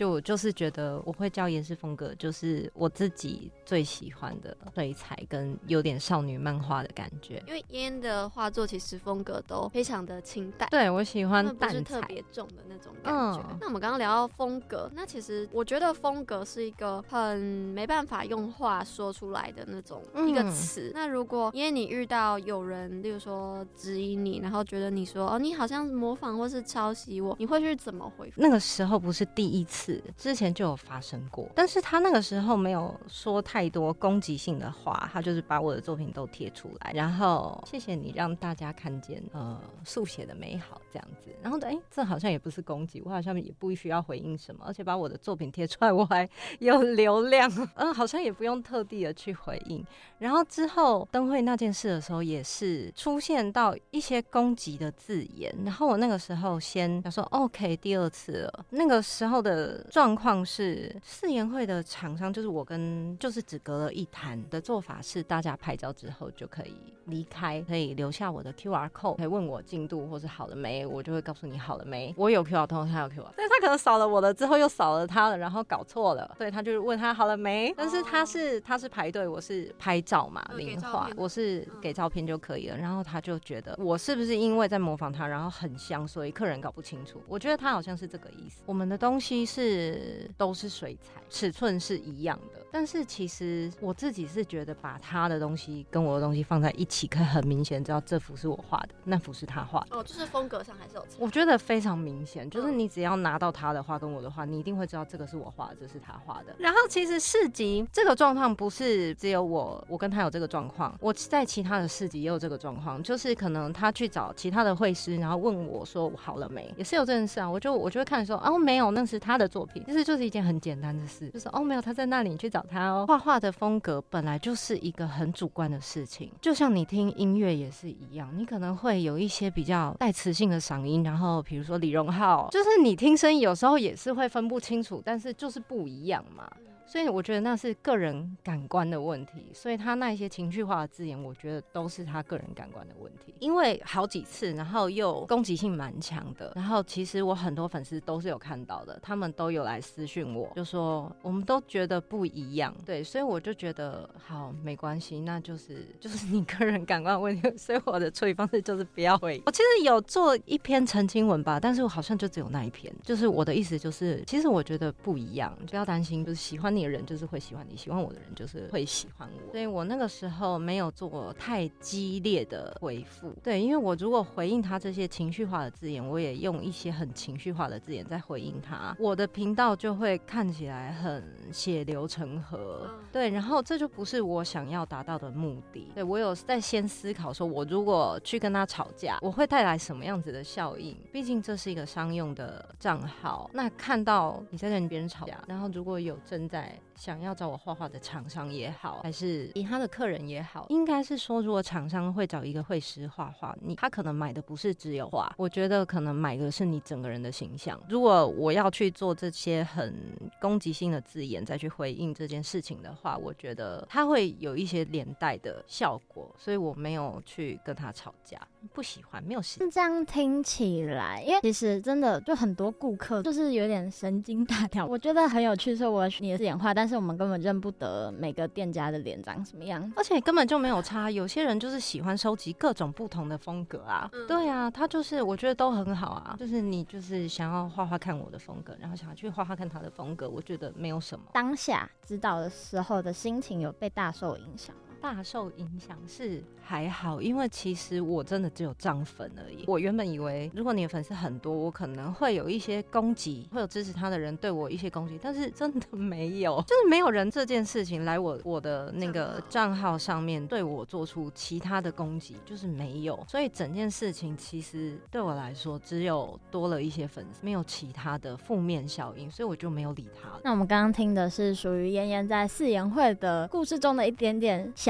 就我就是觉得我会叫厌世风格，就是我自己最喜欢的水彩跟有点少女漫画的感觉。 因为燕燕的画作其实风格都非常的清淡， 对，我喜欢淡彩， 不是特别重的那种感觉、嗯、那我们刚刚聊到风格，那其实我觉得风格是一个很没办法用话说出来的那种一个词、嗯、那如果因为你遇到有人例如说质疑你，然后觉得你说哦你好像模仿或是抄袭我，你会去怎么回复？ 那个时候不是第一次，之前就有发生过，但是他那个时候没有说太多攻击性的话，他就是把我的作品都贴出来，然后谢谢你让大家看见呃速写的美好这样子，然后哎、欸，这好像也不是攻击，我好像也不需要回应什么，而且把我的作品贴出来我还有流量，嗯，好像也不用特地的去回应。然后之后灯会那件事的时候也是出现到一些攻击的字眼，然后我那个时候先说 OK 第二次了，那个时候的状况是四研会的厂商就是我跟就是只隔了一摊的做法是大家拍照之后就可以离开，可以留下我的 Q R code， 可以问我进度或是好了没，我就会告诉你好了没，我有 Q R code 他有 Q R， 但是他可能扫了我的之后又扫了他了，然后搞错了，所以他就问他好了没，但是他是他是排队，我是拍照嘛零画，我是给照片就可以了，然后他就觉得我是不是因为在模仿他然后很像，所以客人搞不清楚，我觉得他好像是这个意思。我们的东西是都是水彩，尺寸是一样的，但是其实我自己是觉得把他的东西跟我的东西放在一起，可以很明显知道这幅是我画的，那幅是他画的。 哦，就是风格上还是有差。 我觉得非常明显，就是你只要拿到他的画跟我的画，你一定会知道这个是我画的，这是他画的。然后其实市集这个状况不是只有我，我跟他有这个状况，我在其他的市集也有这个状况，就是可能他去找其他的绘师，然后问我说我好了没，也是有这件事啊。我就我就会看说哦没有，那是他的作品，其实就是一件很简单的事，就是哦没有他在那里，你去找他哦。画画的风格本来就是一个很主观的事情，就像你听音乐也是一样，你可能会有一些比较带磁性的嗓音，然后比如说李荣浩，就是你听声音有时候也是会分不清楚，但是就是不一样嘛。所以我觉得那是个人感官的问题，所以他那一些情绪化的字眼我觉得都是他个人感官的问题，因为好几次然后又攻击性蛮强的，然后其实我很多粉丝都是有看到的，他们都有来私讯我，就说我们都觉得不一样，对，所以我就觉得好没关系，那就是就是你个人感官的问题，所以我的处理方式就是不要回应。我其实有做一篇澄清文吧，但是我好像就只有那一篇，就是我的意思就是其实我觉得不一样，不要担心，就是喜欢你的人就是会喜欢你，喜欢我的人就是会喜欢我，所以我那个时候没有做太激烈的回复，对，因为我如果回应他这些情绪化的字眼，我也用一些很情绪化的字眼在回应他，我的频道就会看起来很血流成河，对，然后这就不是我想要达到的目的，对，我有在先思考说我如果去跟他吵架我会带来什么样子的效应，毕竟这是一个商用的账号，那看到你在跟别人吵架，然后如果有正在想要找我画画的厂商也好，还是其他的客人也好，应该是说如果厂商会找一个绘师画画，你他可能买的不是只有画，我觉得可能买的是你整个人的形象。如果我要去做这些很攻击性的字眼再去回应这件事情的话，我觉得他会有一些连带的效果，所以我没有去跟他吵架，不喜欢，没有时间。 这样听起来，因为其实真的就很多顾客就是有点神经大条，我觉得很有趣，说我你的字眼画，但是我们根本认不得每个店家的脸长什么样， 而且根本就没有差。有些人就是喜欢收集各种不同的风格啊，嗯、对啊，他就是我觉得都很好啊。就是你就是想要画画看我的风格，然后想要去画画看他的风格，我觉得没有什么。 当下知道的时候的心情有被大受影响吗？ 大受影响是还好，因为其实我真的只有涨粉而已。我原本以为如果你的粉丝很多，我可能会有一些攻击，会有支持他的人对我一些攻击，但是真的没有，就是没有人这件事情来我我的那个账号上面对我做出其他的攻击，就是没有。所以整件事情其实对我来说只有多了一些粉丝，没有其他的负面效应，所以我就没有理他了。 那我们刚刚听的是属于妍妍在四研会的故事中的一点点小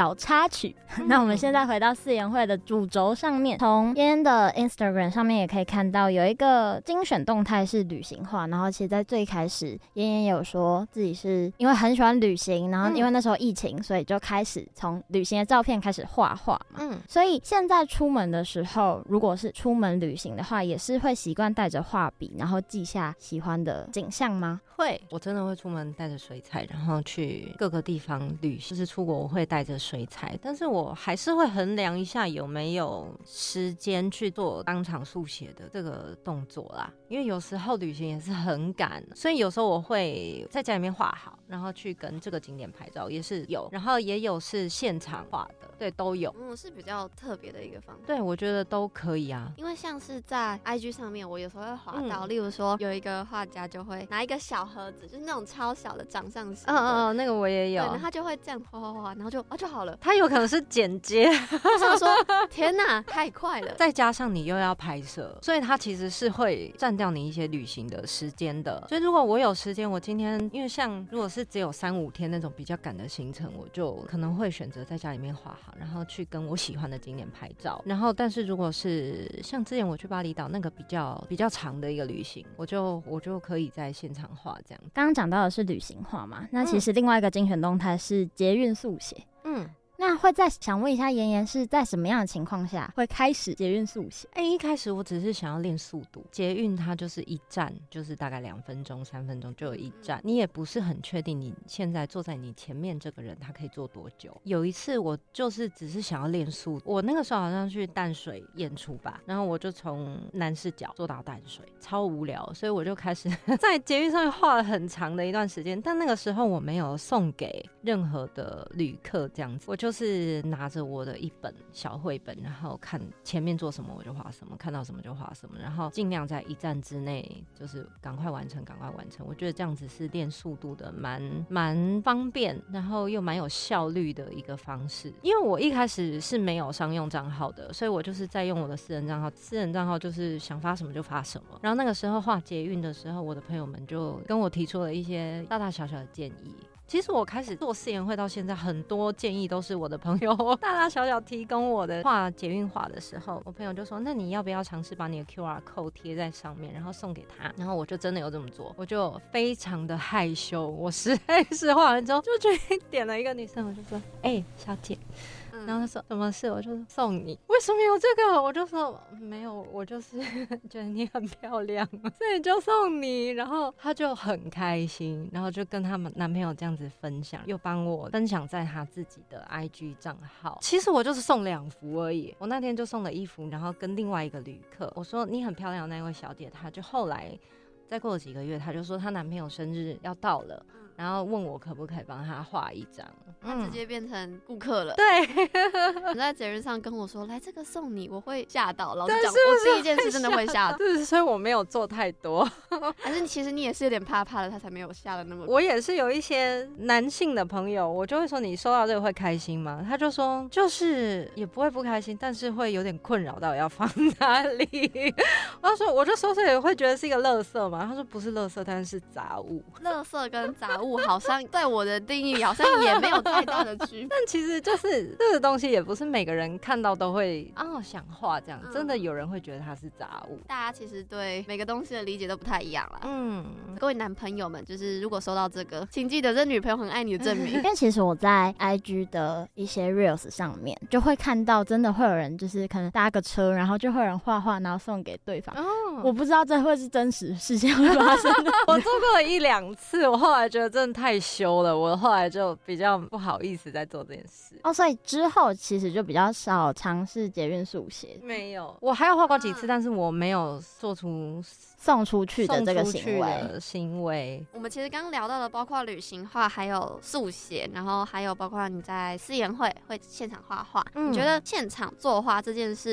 小插曲。那我们现在回到四研会的主轴上面，从燕燕的 Instagram 上面也可以看到有一个精选动态是旅行化，然后其实在最开始燕燕也有说自己是因为很喜欢旅行，然后因为那时候疫情，所以就开始从旅行的照片开始画画嘛。嗯，所以现在出门的时候，如果是出门旅行的话，也是会习惯带着画笔，然后记下喜欢的景象吗？ 会，我真的会出门带着水彩，然后去各个地方旅行。就是出国我会带着水彩，但是我还是会衡量一下有没有时间去做当场速写的这个动作啦。因为有时候旅行也是很赶，所以有时候我会在家里面画好，然后去跟这个景点拍照，也是有，然后也有是现场画的，对，都有。 嗯，是比较特别的一个方法。 对，我觉得都可以啊。 因为像是在 I G 上面，我有时候会滑到，嗯、例如说有一个画家就会拿一个小盒子，就是那种超小的掌上型的， 嗯嗯嗯，那个我也有。 对，然后他就会这样画画画，然后就啊就好了。 他有可能是剪接， 我想说，天哪，太快了！ 再加上你又要拍摄，所以他其实是会占掉你一些旅行的时间的。所以如果我有时间，我今天因为像如果是只有三五天那种比较赶的行程，我就可能会选择在家里面画好，然后去跟我喜欢的景点拍照。然后，但是如果是像之前我去巴厘岛那个比较比较长的一个旅行，我就我就可以在现场画这样。 刚刚讲到的是旅行画嘛，那其实另外一个精选动态是捷运速写。嗯。那会再想问一下妍妍是在什么样的情况下会开始捷运速写？ 哎、欸，一开始我只是想要练速度，捷运它就是一站，就是大概两分钟、三分钟就有一站，你也不是很确定你现在坐在你前面这个人他可以坐多久。有一次我就是只是想要练速度，我那个时候好像去淡水演出吧，然后我就从南势角坐到淡水，超无聊，所以我就开始在捷运上面画了很长的一段时间。但那个时候我没有送给任何的旅客这样子，我就是拿着我的一本小绘本，然后看前面做什么我就画什么，看到什么就画什么，然后尽量在一站之内就是赶快完成赶快完成。我觉得这样子是练速度的蛮蛮方便，然后又蛮有效率的一个方式。因为我一开始是没有商用账号的，所以我就是在用我的私人账号，私人账号就是想发什么就发什么。然后那个时候画捷运的时候，我的朋友们就跟我提出了一些大大小小的建议。其实我开始做四研会到现在，很多建议都是我的朋友大大小小提供我的。画捷运画的时候，我朋友就说那你要不要尝试把你的 Q R code 贴在上面，然后送给他。然后我就真的有这么做，我就非常的害羞，我实在是画完之后就去点了一个女生，我就说哎、欸、小姐，然后他说什么事，我就说送你。为什么有这个？我就说没有，我就是觉得你很漂亮，所以就送你。然后他就很开心，然后就跟他们男朋友这样子分享，又帮我分享在他自己的 I G 账号。其实我就是送两幅而已，我那天就送了一幅，然后跟另外一个旅客我说你很漂亮的那位小姐，她就后来再过了几个月，她就说她男朋友生日要到了，然后问我可不可以帮他画一张， 他直接变成顾客了。 对， 你在节日上跟我说来这个送你，我会吓到。老实讲，我第一件事真的会吓到， 对，所以我没有做太多。 还是其实你也是有点怕怕的，他才没有吓得那么多。 我也是有一些男性的朋友，我就会说你收到这个会开心吗？他就说就是也不会不开心，但是会有点困扰到要放哪里。我说我就说这也会觉得是一个垃圾嘛？他说不是垃圾，但是杂物。 垃圾跟杂物好像在我的定义好像也没有太大的区别。 但其实就是这个东西也不是每个人看到都会啊、哦、想画这样、嗯，真的有人会觉得它是杂物。 大家其实对每个东西的理解都不太一样啦。嗯，各位男朋友们，就是如果收到这个，请记得这女朋友很爱你的证明。 因为其实我在 I G 的一些 reels 上面就会看到，真的会有人就是可能搭个车，然后就会有人画画，然后送给对方。哦，我不知道这会是真实事件会发生的。 我做过了一两次，我后来觉得真的太羞了，我后来就比较不好意思在做这件事。 哦，所以之后其实就比较少尝试捷运速写。 没有，我还有画过几次，啊、但是我没有做出送出去的这个行为。 行为。 我们其实刚刚聊到的，包括旅行画，还有速写，然后还有包括你在四研会会现场画画、嗯。你觉得现场作画这件事最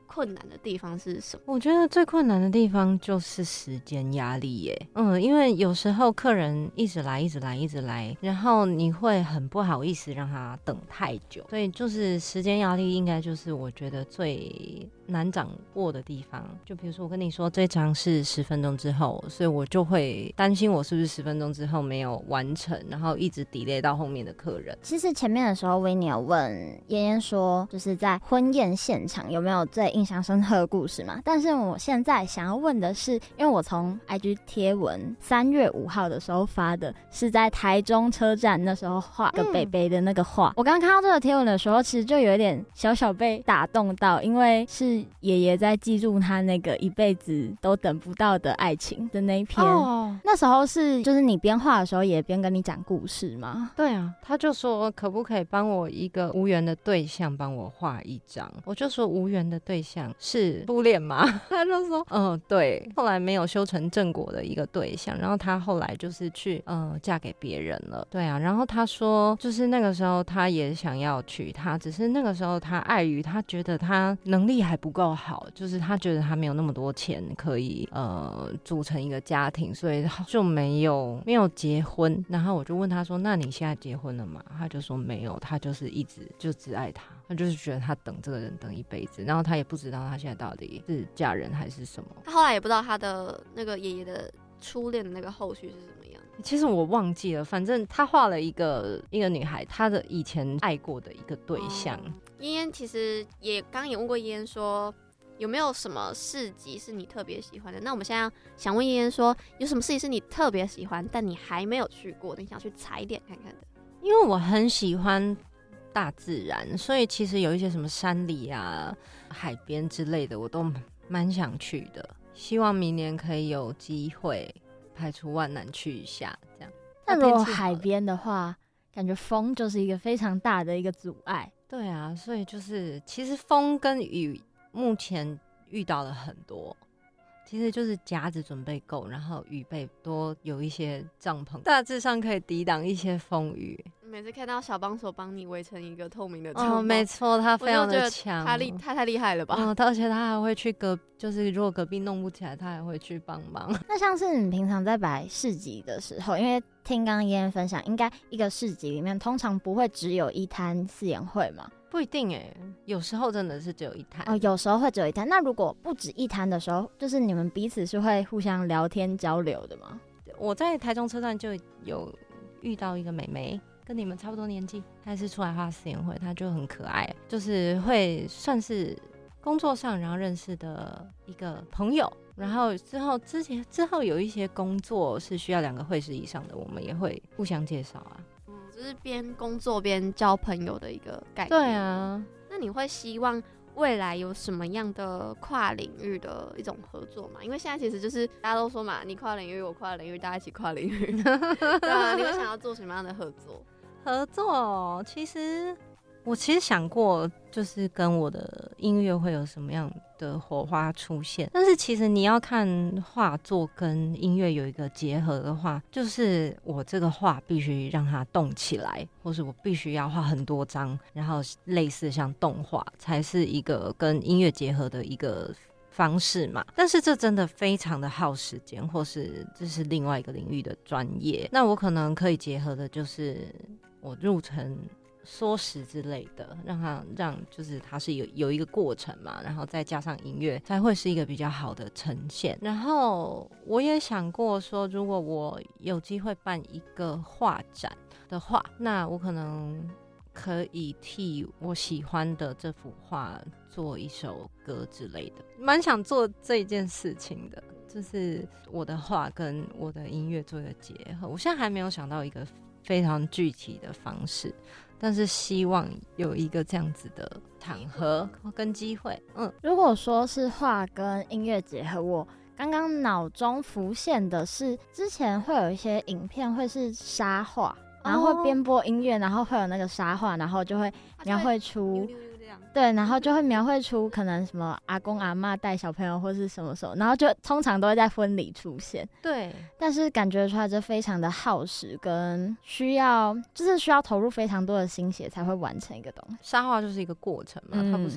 困难的地方是什么？ 我觉得最困难的地方就是时间压力耶。嗯，因为有时候客人一直来一直来一直来，然后你会很不好意思让他等太久，所以就是时间压力应该就是我觉得最难掌握的地方。就比如说我跟你说这场是十分钟之后，所以我就会担心我是不是十分钟之后没有完成，然后一直 delay 到后面的客人。 其实前面的时候维尼有问妍妍说，就是在婚宴现场有没有最印象深刻的故事嘛？但是我现在想要问的是，因为我从 I G 贴文三月五号的时候发的是在台中车站那时候画个北北的那个画、嗯、我刚刚看到这个贴文的时候，其实就有一点小小被打动到，因为是爷爷在记住他那个一辈子都等不到的爱情的那一篇、哦、那时候是就是你边画的时候也边跟你讲故事吗？ 对啊，他就说可不可以帮我一个无缘的对象帮我画一张，我就说无缘的对象是初恋吗？他就说嗯对，后来没有修成正果的一个对象，然后他后来就是去呃嫁给别人了。对啊，然后他说就是那个时候他也想要娶她，只是那个时候他碍于他觉得他能力还不够好，就是他觉得他没有那么多钱可以呃组成一个家庭，所以就没有没有结婚。然后我就问他说那你现在结婚了吗？他就说没有，他就是一直就只爱他，他就是觉得他等这个人等一辈子，然后他也不知道他现在到底是嫁人还是什么。 他后来也不知道他的那个爷爷的初恋的那个后续是什么样。 其实我忘记了，反正他画了一个一个女孩，他的以前爱过的一个对象。 妍妍其实也刚刚也问过妍妍说有没有什么市集是你特别喜欢的？那我们现在想问妍妍说，有什么市集是你特别喜欢，但你还没有去过，你想去踩点看看的？ 因为我很喜欢大自然，所以其实有一些什么山里啊、海边之类的，我都蛮想去的。希望明年可以有机会排除万难去一下，这样。 那如果海边的话，感觉风就是一个非常大的一个阻碍。 对啊，所以就是其实风跟雨目前遇到了很多，其实就是夹子准备够，然后雨备多，有一些帐篷，大致上可以抵挡一些风雨。 每次看到小帮手帮你围成一个透明的帐篷， 哦，没错，他非常的强， 他厉他太厉害了吧？ 嗯，而且他还会去隔，就是如果隔壁弄不起来，他还会去帮忙。 那像是你平常在摆市集的时候，因为听刚刚妍妍分享，应该一个市集里面通常不会只有一摊四言会嘛？ 不一定哎、欸，有时候真的是只有一摊哦，有时候会只有一摊。那如果不止一摊的时候，就是你们彼此是会互相聊天交流的吗？ 我在台中车站就有遇到一个妹妹，跟你们差不多年纪，她也是出来画四言会，她就很可爱，就是会算是工作上然后认识的一个朋友。然后之后之前之后有一些工作是需要两个会师以上的，我们也会互相介绍啊。 嗯，就是边工作边交朋友的一个概念。 对啊， 那你会希望未来有什么样的跨领域的一种合作吗？因为现在其实就是大家都说嘛，你跨领域我跨领域，大家一起跨领域。对啊，你会想要做什么样的合作？ 合作其实我其实想过，就是跟我的音乐会有什么样的火花出现，但是其实你要看画作跟音乐有一个结合的话，就是我这个画必须让它动起来，或是我必须要画很多张，然后类似像动画，才是一个跟音乐结合的一个方式嘛。但是这真的非常的耗时间，或是这是另外一个领域的专业。那我可能可以结合的就是我入成缩时之类的，让它让就是它是有有一个过程嘛，然后再加上音乐，才会是一个比较好的呈现。然后我也想过说，如果我有机会办一个画展的话，那我可能可以替我喜欢的这幅画做一首歌之类的，蛮想做这一件事情的，就是我的画跟我的音乐做一个结合。我现在还没有想到一个非常具体的方式，但是希望有一个这样子的场合跟机会。嗯， 如果说是画跟音乐结合，我刚刚脑中浮现的是之前会有一些影片会是沙画，然后会边播音乐，然后会有那个沙画，然后就会描绘出，对，然后就会描绘出可能什么阿公阿嬷带小朋友或是什么什么，然后就通常都会在婚礼出现。 对， 但是感觉出来这非常的耗时，跟需要就是需要投入非常多的心血才会完成一个东西。 沙画就是一个过程嘛，嗯、它不是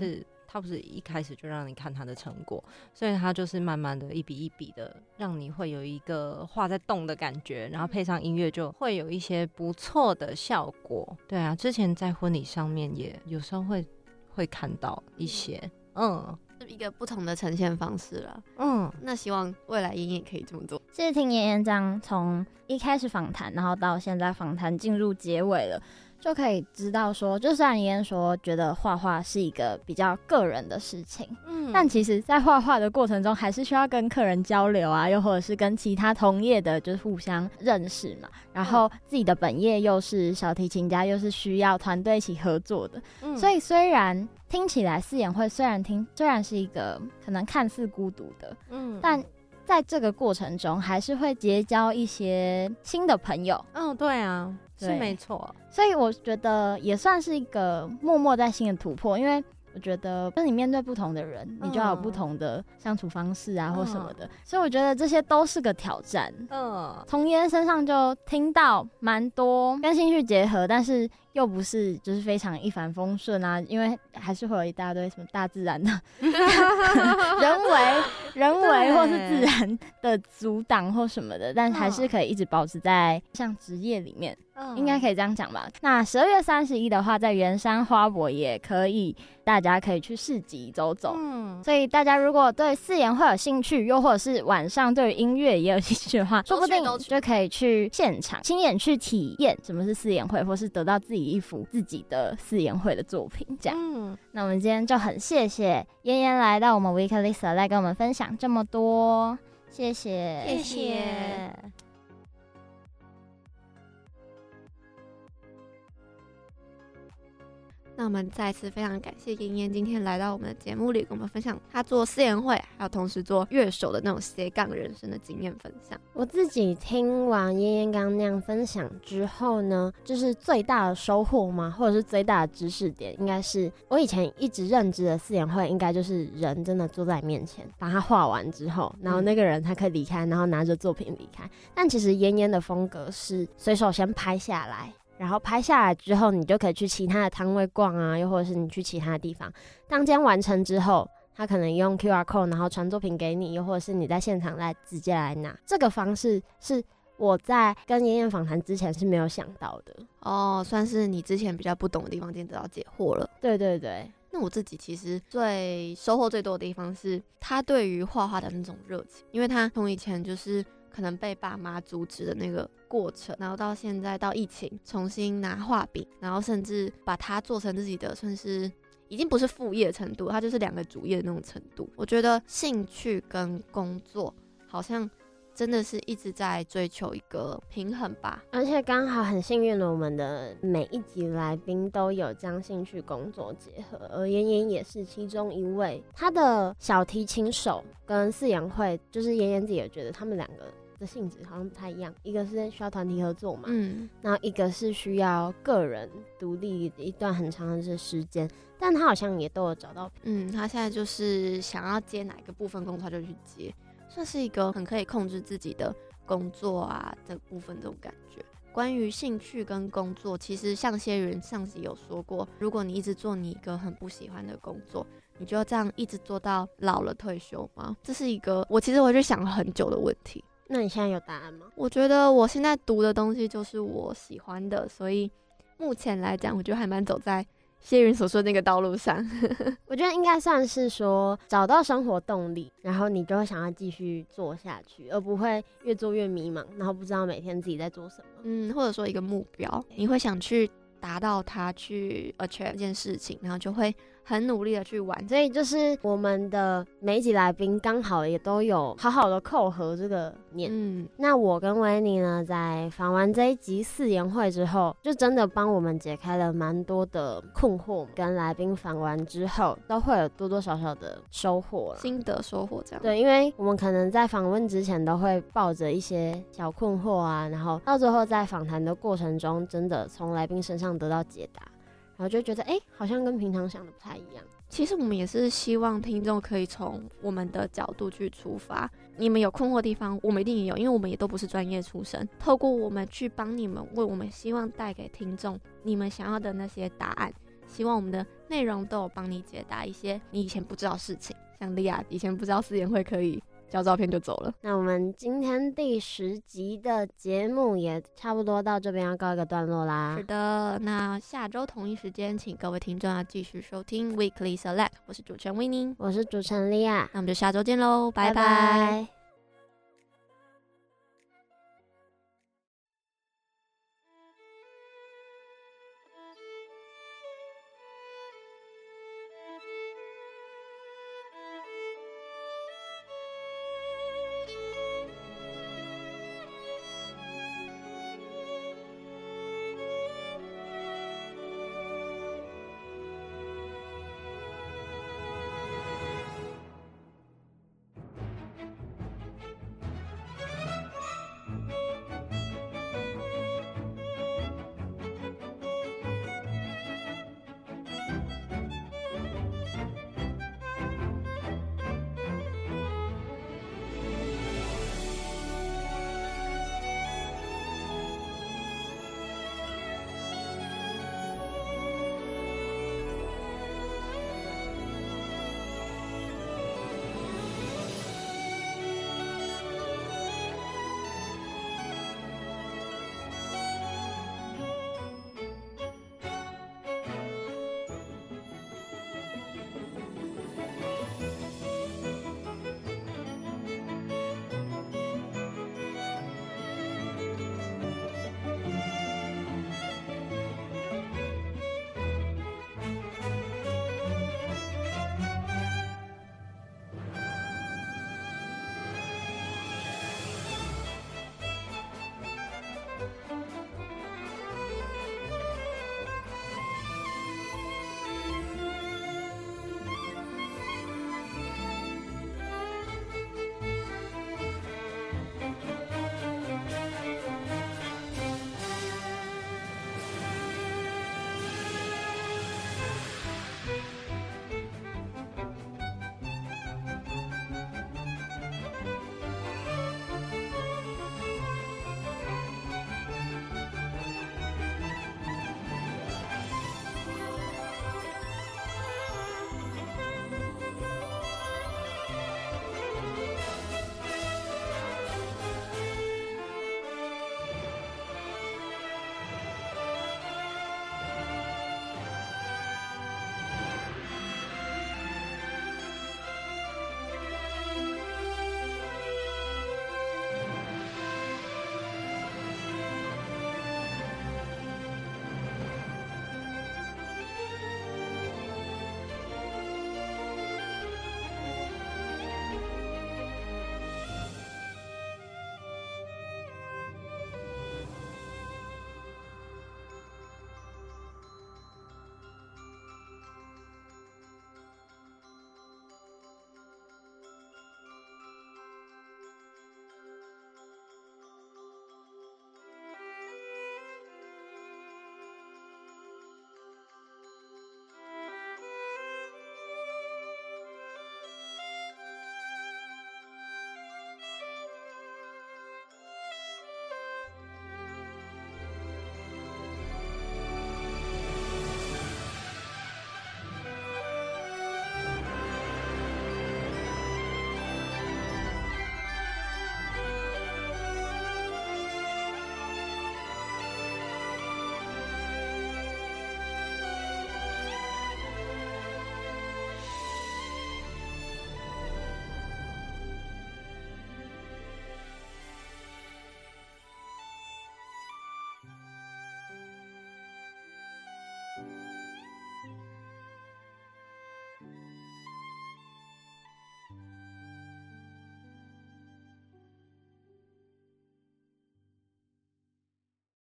他不是一开始就让你看他的成果，所以他就是慢慢的一笔一笔的让你会有一个画在动的感觉，然后配上音乐就会有一些不错的效果。对啊，之前在婚礼上面也有时候会会看到一些，嗯， 是一个不同的呈现方式啦。 嗯， 那希望未来妍妍也可以这么做。 谢谢听妍妍这样从一开始访谈，然后到现在访谈进入结尾了，就可以知道说，就虽然妍妍说觉得画画是一个比较个人的事情，嗯，但其实在画画的过程中还是需要跟客人交流啊，又或者是跟其他同业的就是互相认识嘛，然后自己的本业又是小提琴家，又是需要团队一起合作的，嗯，所以虽然听起来四眼会虽然听虽然是一个可能看似孤独的，嗯，但在这个过程中还是会结交一些新的朋友。 嗯，对啊，是没错。 所以我觉得也算是一个默默在心的突破，因为我觉得跟你面对不同的人，嗯，你就要有不同的相处方式啊，嗯，或什么的，所以我觉得这些都是个挑战。嗯，从妍妍身上就听到蛮多跟兴趣结合，但是又不是就是非常一帆风顺啊，因为还是会有一大堆什么大自然的人为人为或是自然的阻挡或什么的，但还是可以一直保持在像职业里面，嗯，应该可以这样讲吧。那十二月三十一的话，在圆山花博也可以，大家可以去市集走走。嗯，所以大家如果对四言会有兴趣，又或者是晚上对于音乐也有兴趣的话，说不定就可以去现场亲眼去体验什么是四言会，或是得到自己一幅自己的四言会的作品。这样，嗯，那我们今天就很谢谢妍妍来到我们 Weekly Select 来跟我们分享这么多，谢谢， 谢谢。那我们再次非常感谢妍妍今天来到我们的节目里，跟我们分享她做四言会，还有同时做乐手的那种斜杠人生的经验分享。 我自己听完妍妍刚刚那样分享之后呢，就是最大的收获嘛，或者是最大的知识点，应该是我以前一直认知的四言会，应该就是人真的坐在你面前，把它画完之后，然后那个人他可以离开，然后拿着作品离开。但其实妍妍的风格是随手先拍下来。然后拍下来之后，你就可以去其他的摊位逛啊，又或者是你去其他的地方。当天完成之后，他可能用 Q R code 然后传作品给你，又或者是你在现场来直接来拿。这个方式是我在跟妍妍访谈之前是没有想到的哦，算是你之前比较不懂的地方，今天得到解惑了。 对对对。 那我自己其实最收获最多的地方是他对于画画的那种热情，因为他从以前就是可能被爸妈阻止的那个过程，然后到现在到疫情重新拿画笔，然后甚至把它做成自己的算是已经不是副业的程度，它就是两个主业的那种程度。我觉得兴趣跟工作好像真的是一直在追求一个平衡吧。 而且刚好很幸运的，我们的每一集来宾都有将兴趣工作结合，而妍妍也是其中一位。他的小提琴手跟四言会，就是妍妍自己也觉得他们两个的性质好像不太一样，一个是需要团体合作嘛，嗯，然后一个是需要个人独立一段很长的时间，但他好像也都有找到， 嗯，他现在就是想要接哪一个部分工作他就去接，算是一个很可以控制自己的工作啊的部分这种感觉。关于兴趣跟工作，其实像些人上集有说过，如果你一直做你一个很不喜欢的工作，你就这样一直做到老了退休吗？这是一个我其实我就想了很久的问题。 那你现在有答案吗？ 我觉得我现在读的东西就是我喜欢的，所以目前来讲，我觉得还蛮走在谢云所说的那个道路上。 我觉得应该算是说找到生活动力，然后你就会想要继续做下去，而不会越做越迷茫，然后不知道每天自己在做什么。 嗯，或者说一个目标，你会想去达到它，去 achieve 一件事情，然后就会很努力的去玩。 所以就是我们的每一集来宾刚好也都有好好的扣合这个念。嗯，那我跟维尼呢，在访完这一集四言会之后，就真的帮我们解开了蛮多的困惑。跟来宾访完之后，都会有多多少少的收获啦， 心得收获这样。 对，因为我们可能在访问之前都会抱着一些小困惑啊，然后到最后在访谈的过程中，真的从来宾身上得到解答。然后就觉得哎、欸，好像跟平常想的不太一样。 其实我们也是希望听众可以从我们的角度去出发，你们有困惑的地方，我们一定也有，因为我们也都不是专业出身。透过我们去帮你们，为我们希望带给听众你们想要的那些答案， 希望我们的内容都有帮你解答一些你以前不知道的事情，像莉亚以前不知道四眼会可以交照片就走了。 那我们今天第十集的节目也差不多到这边要告一个段落啦。 是的，那下周同一时间，请各位听众要继续收听 Weekly Select， 我是主持人 Winnie， 我是主持人莉亚， 那我们就下周见喽，拜拜拜。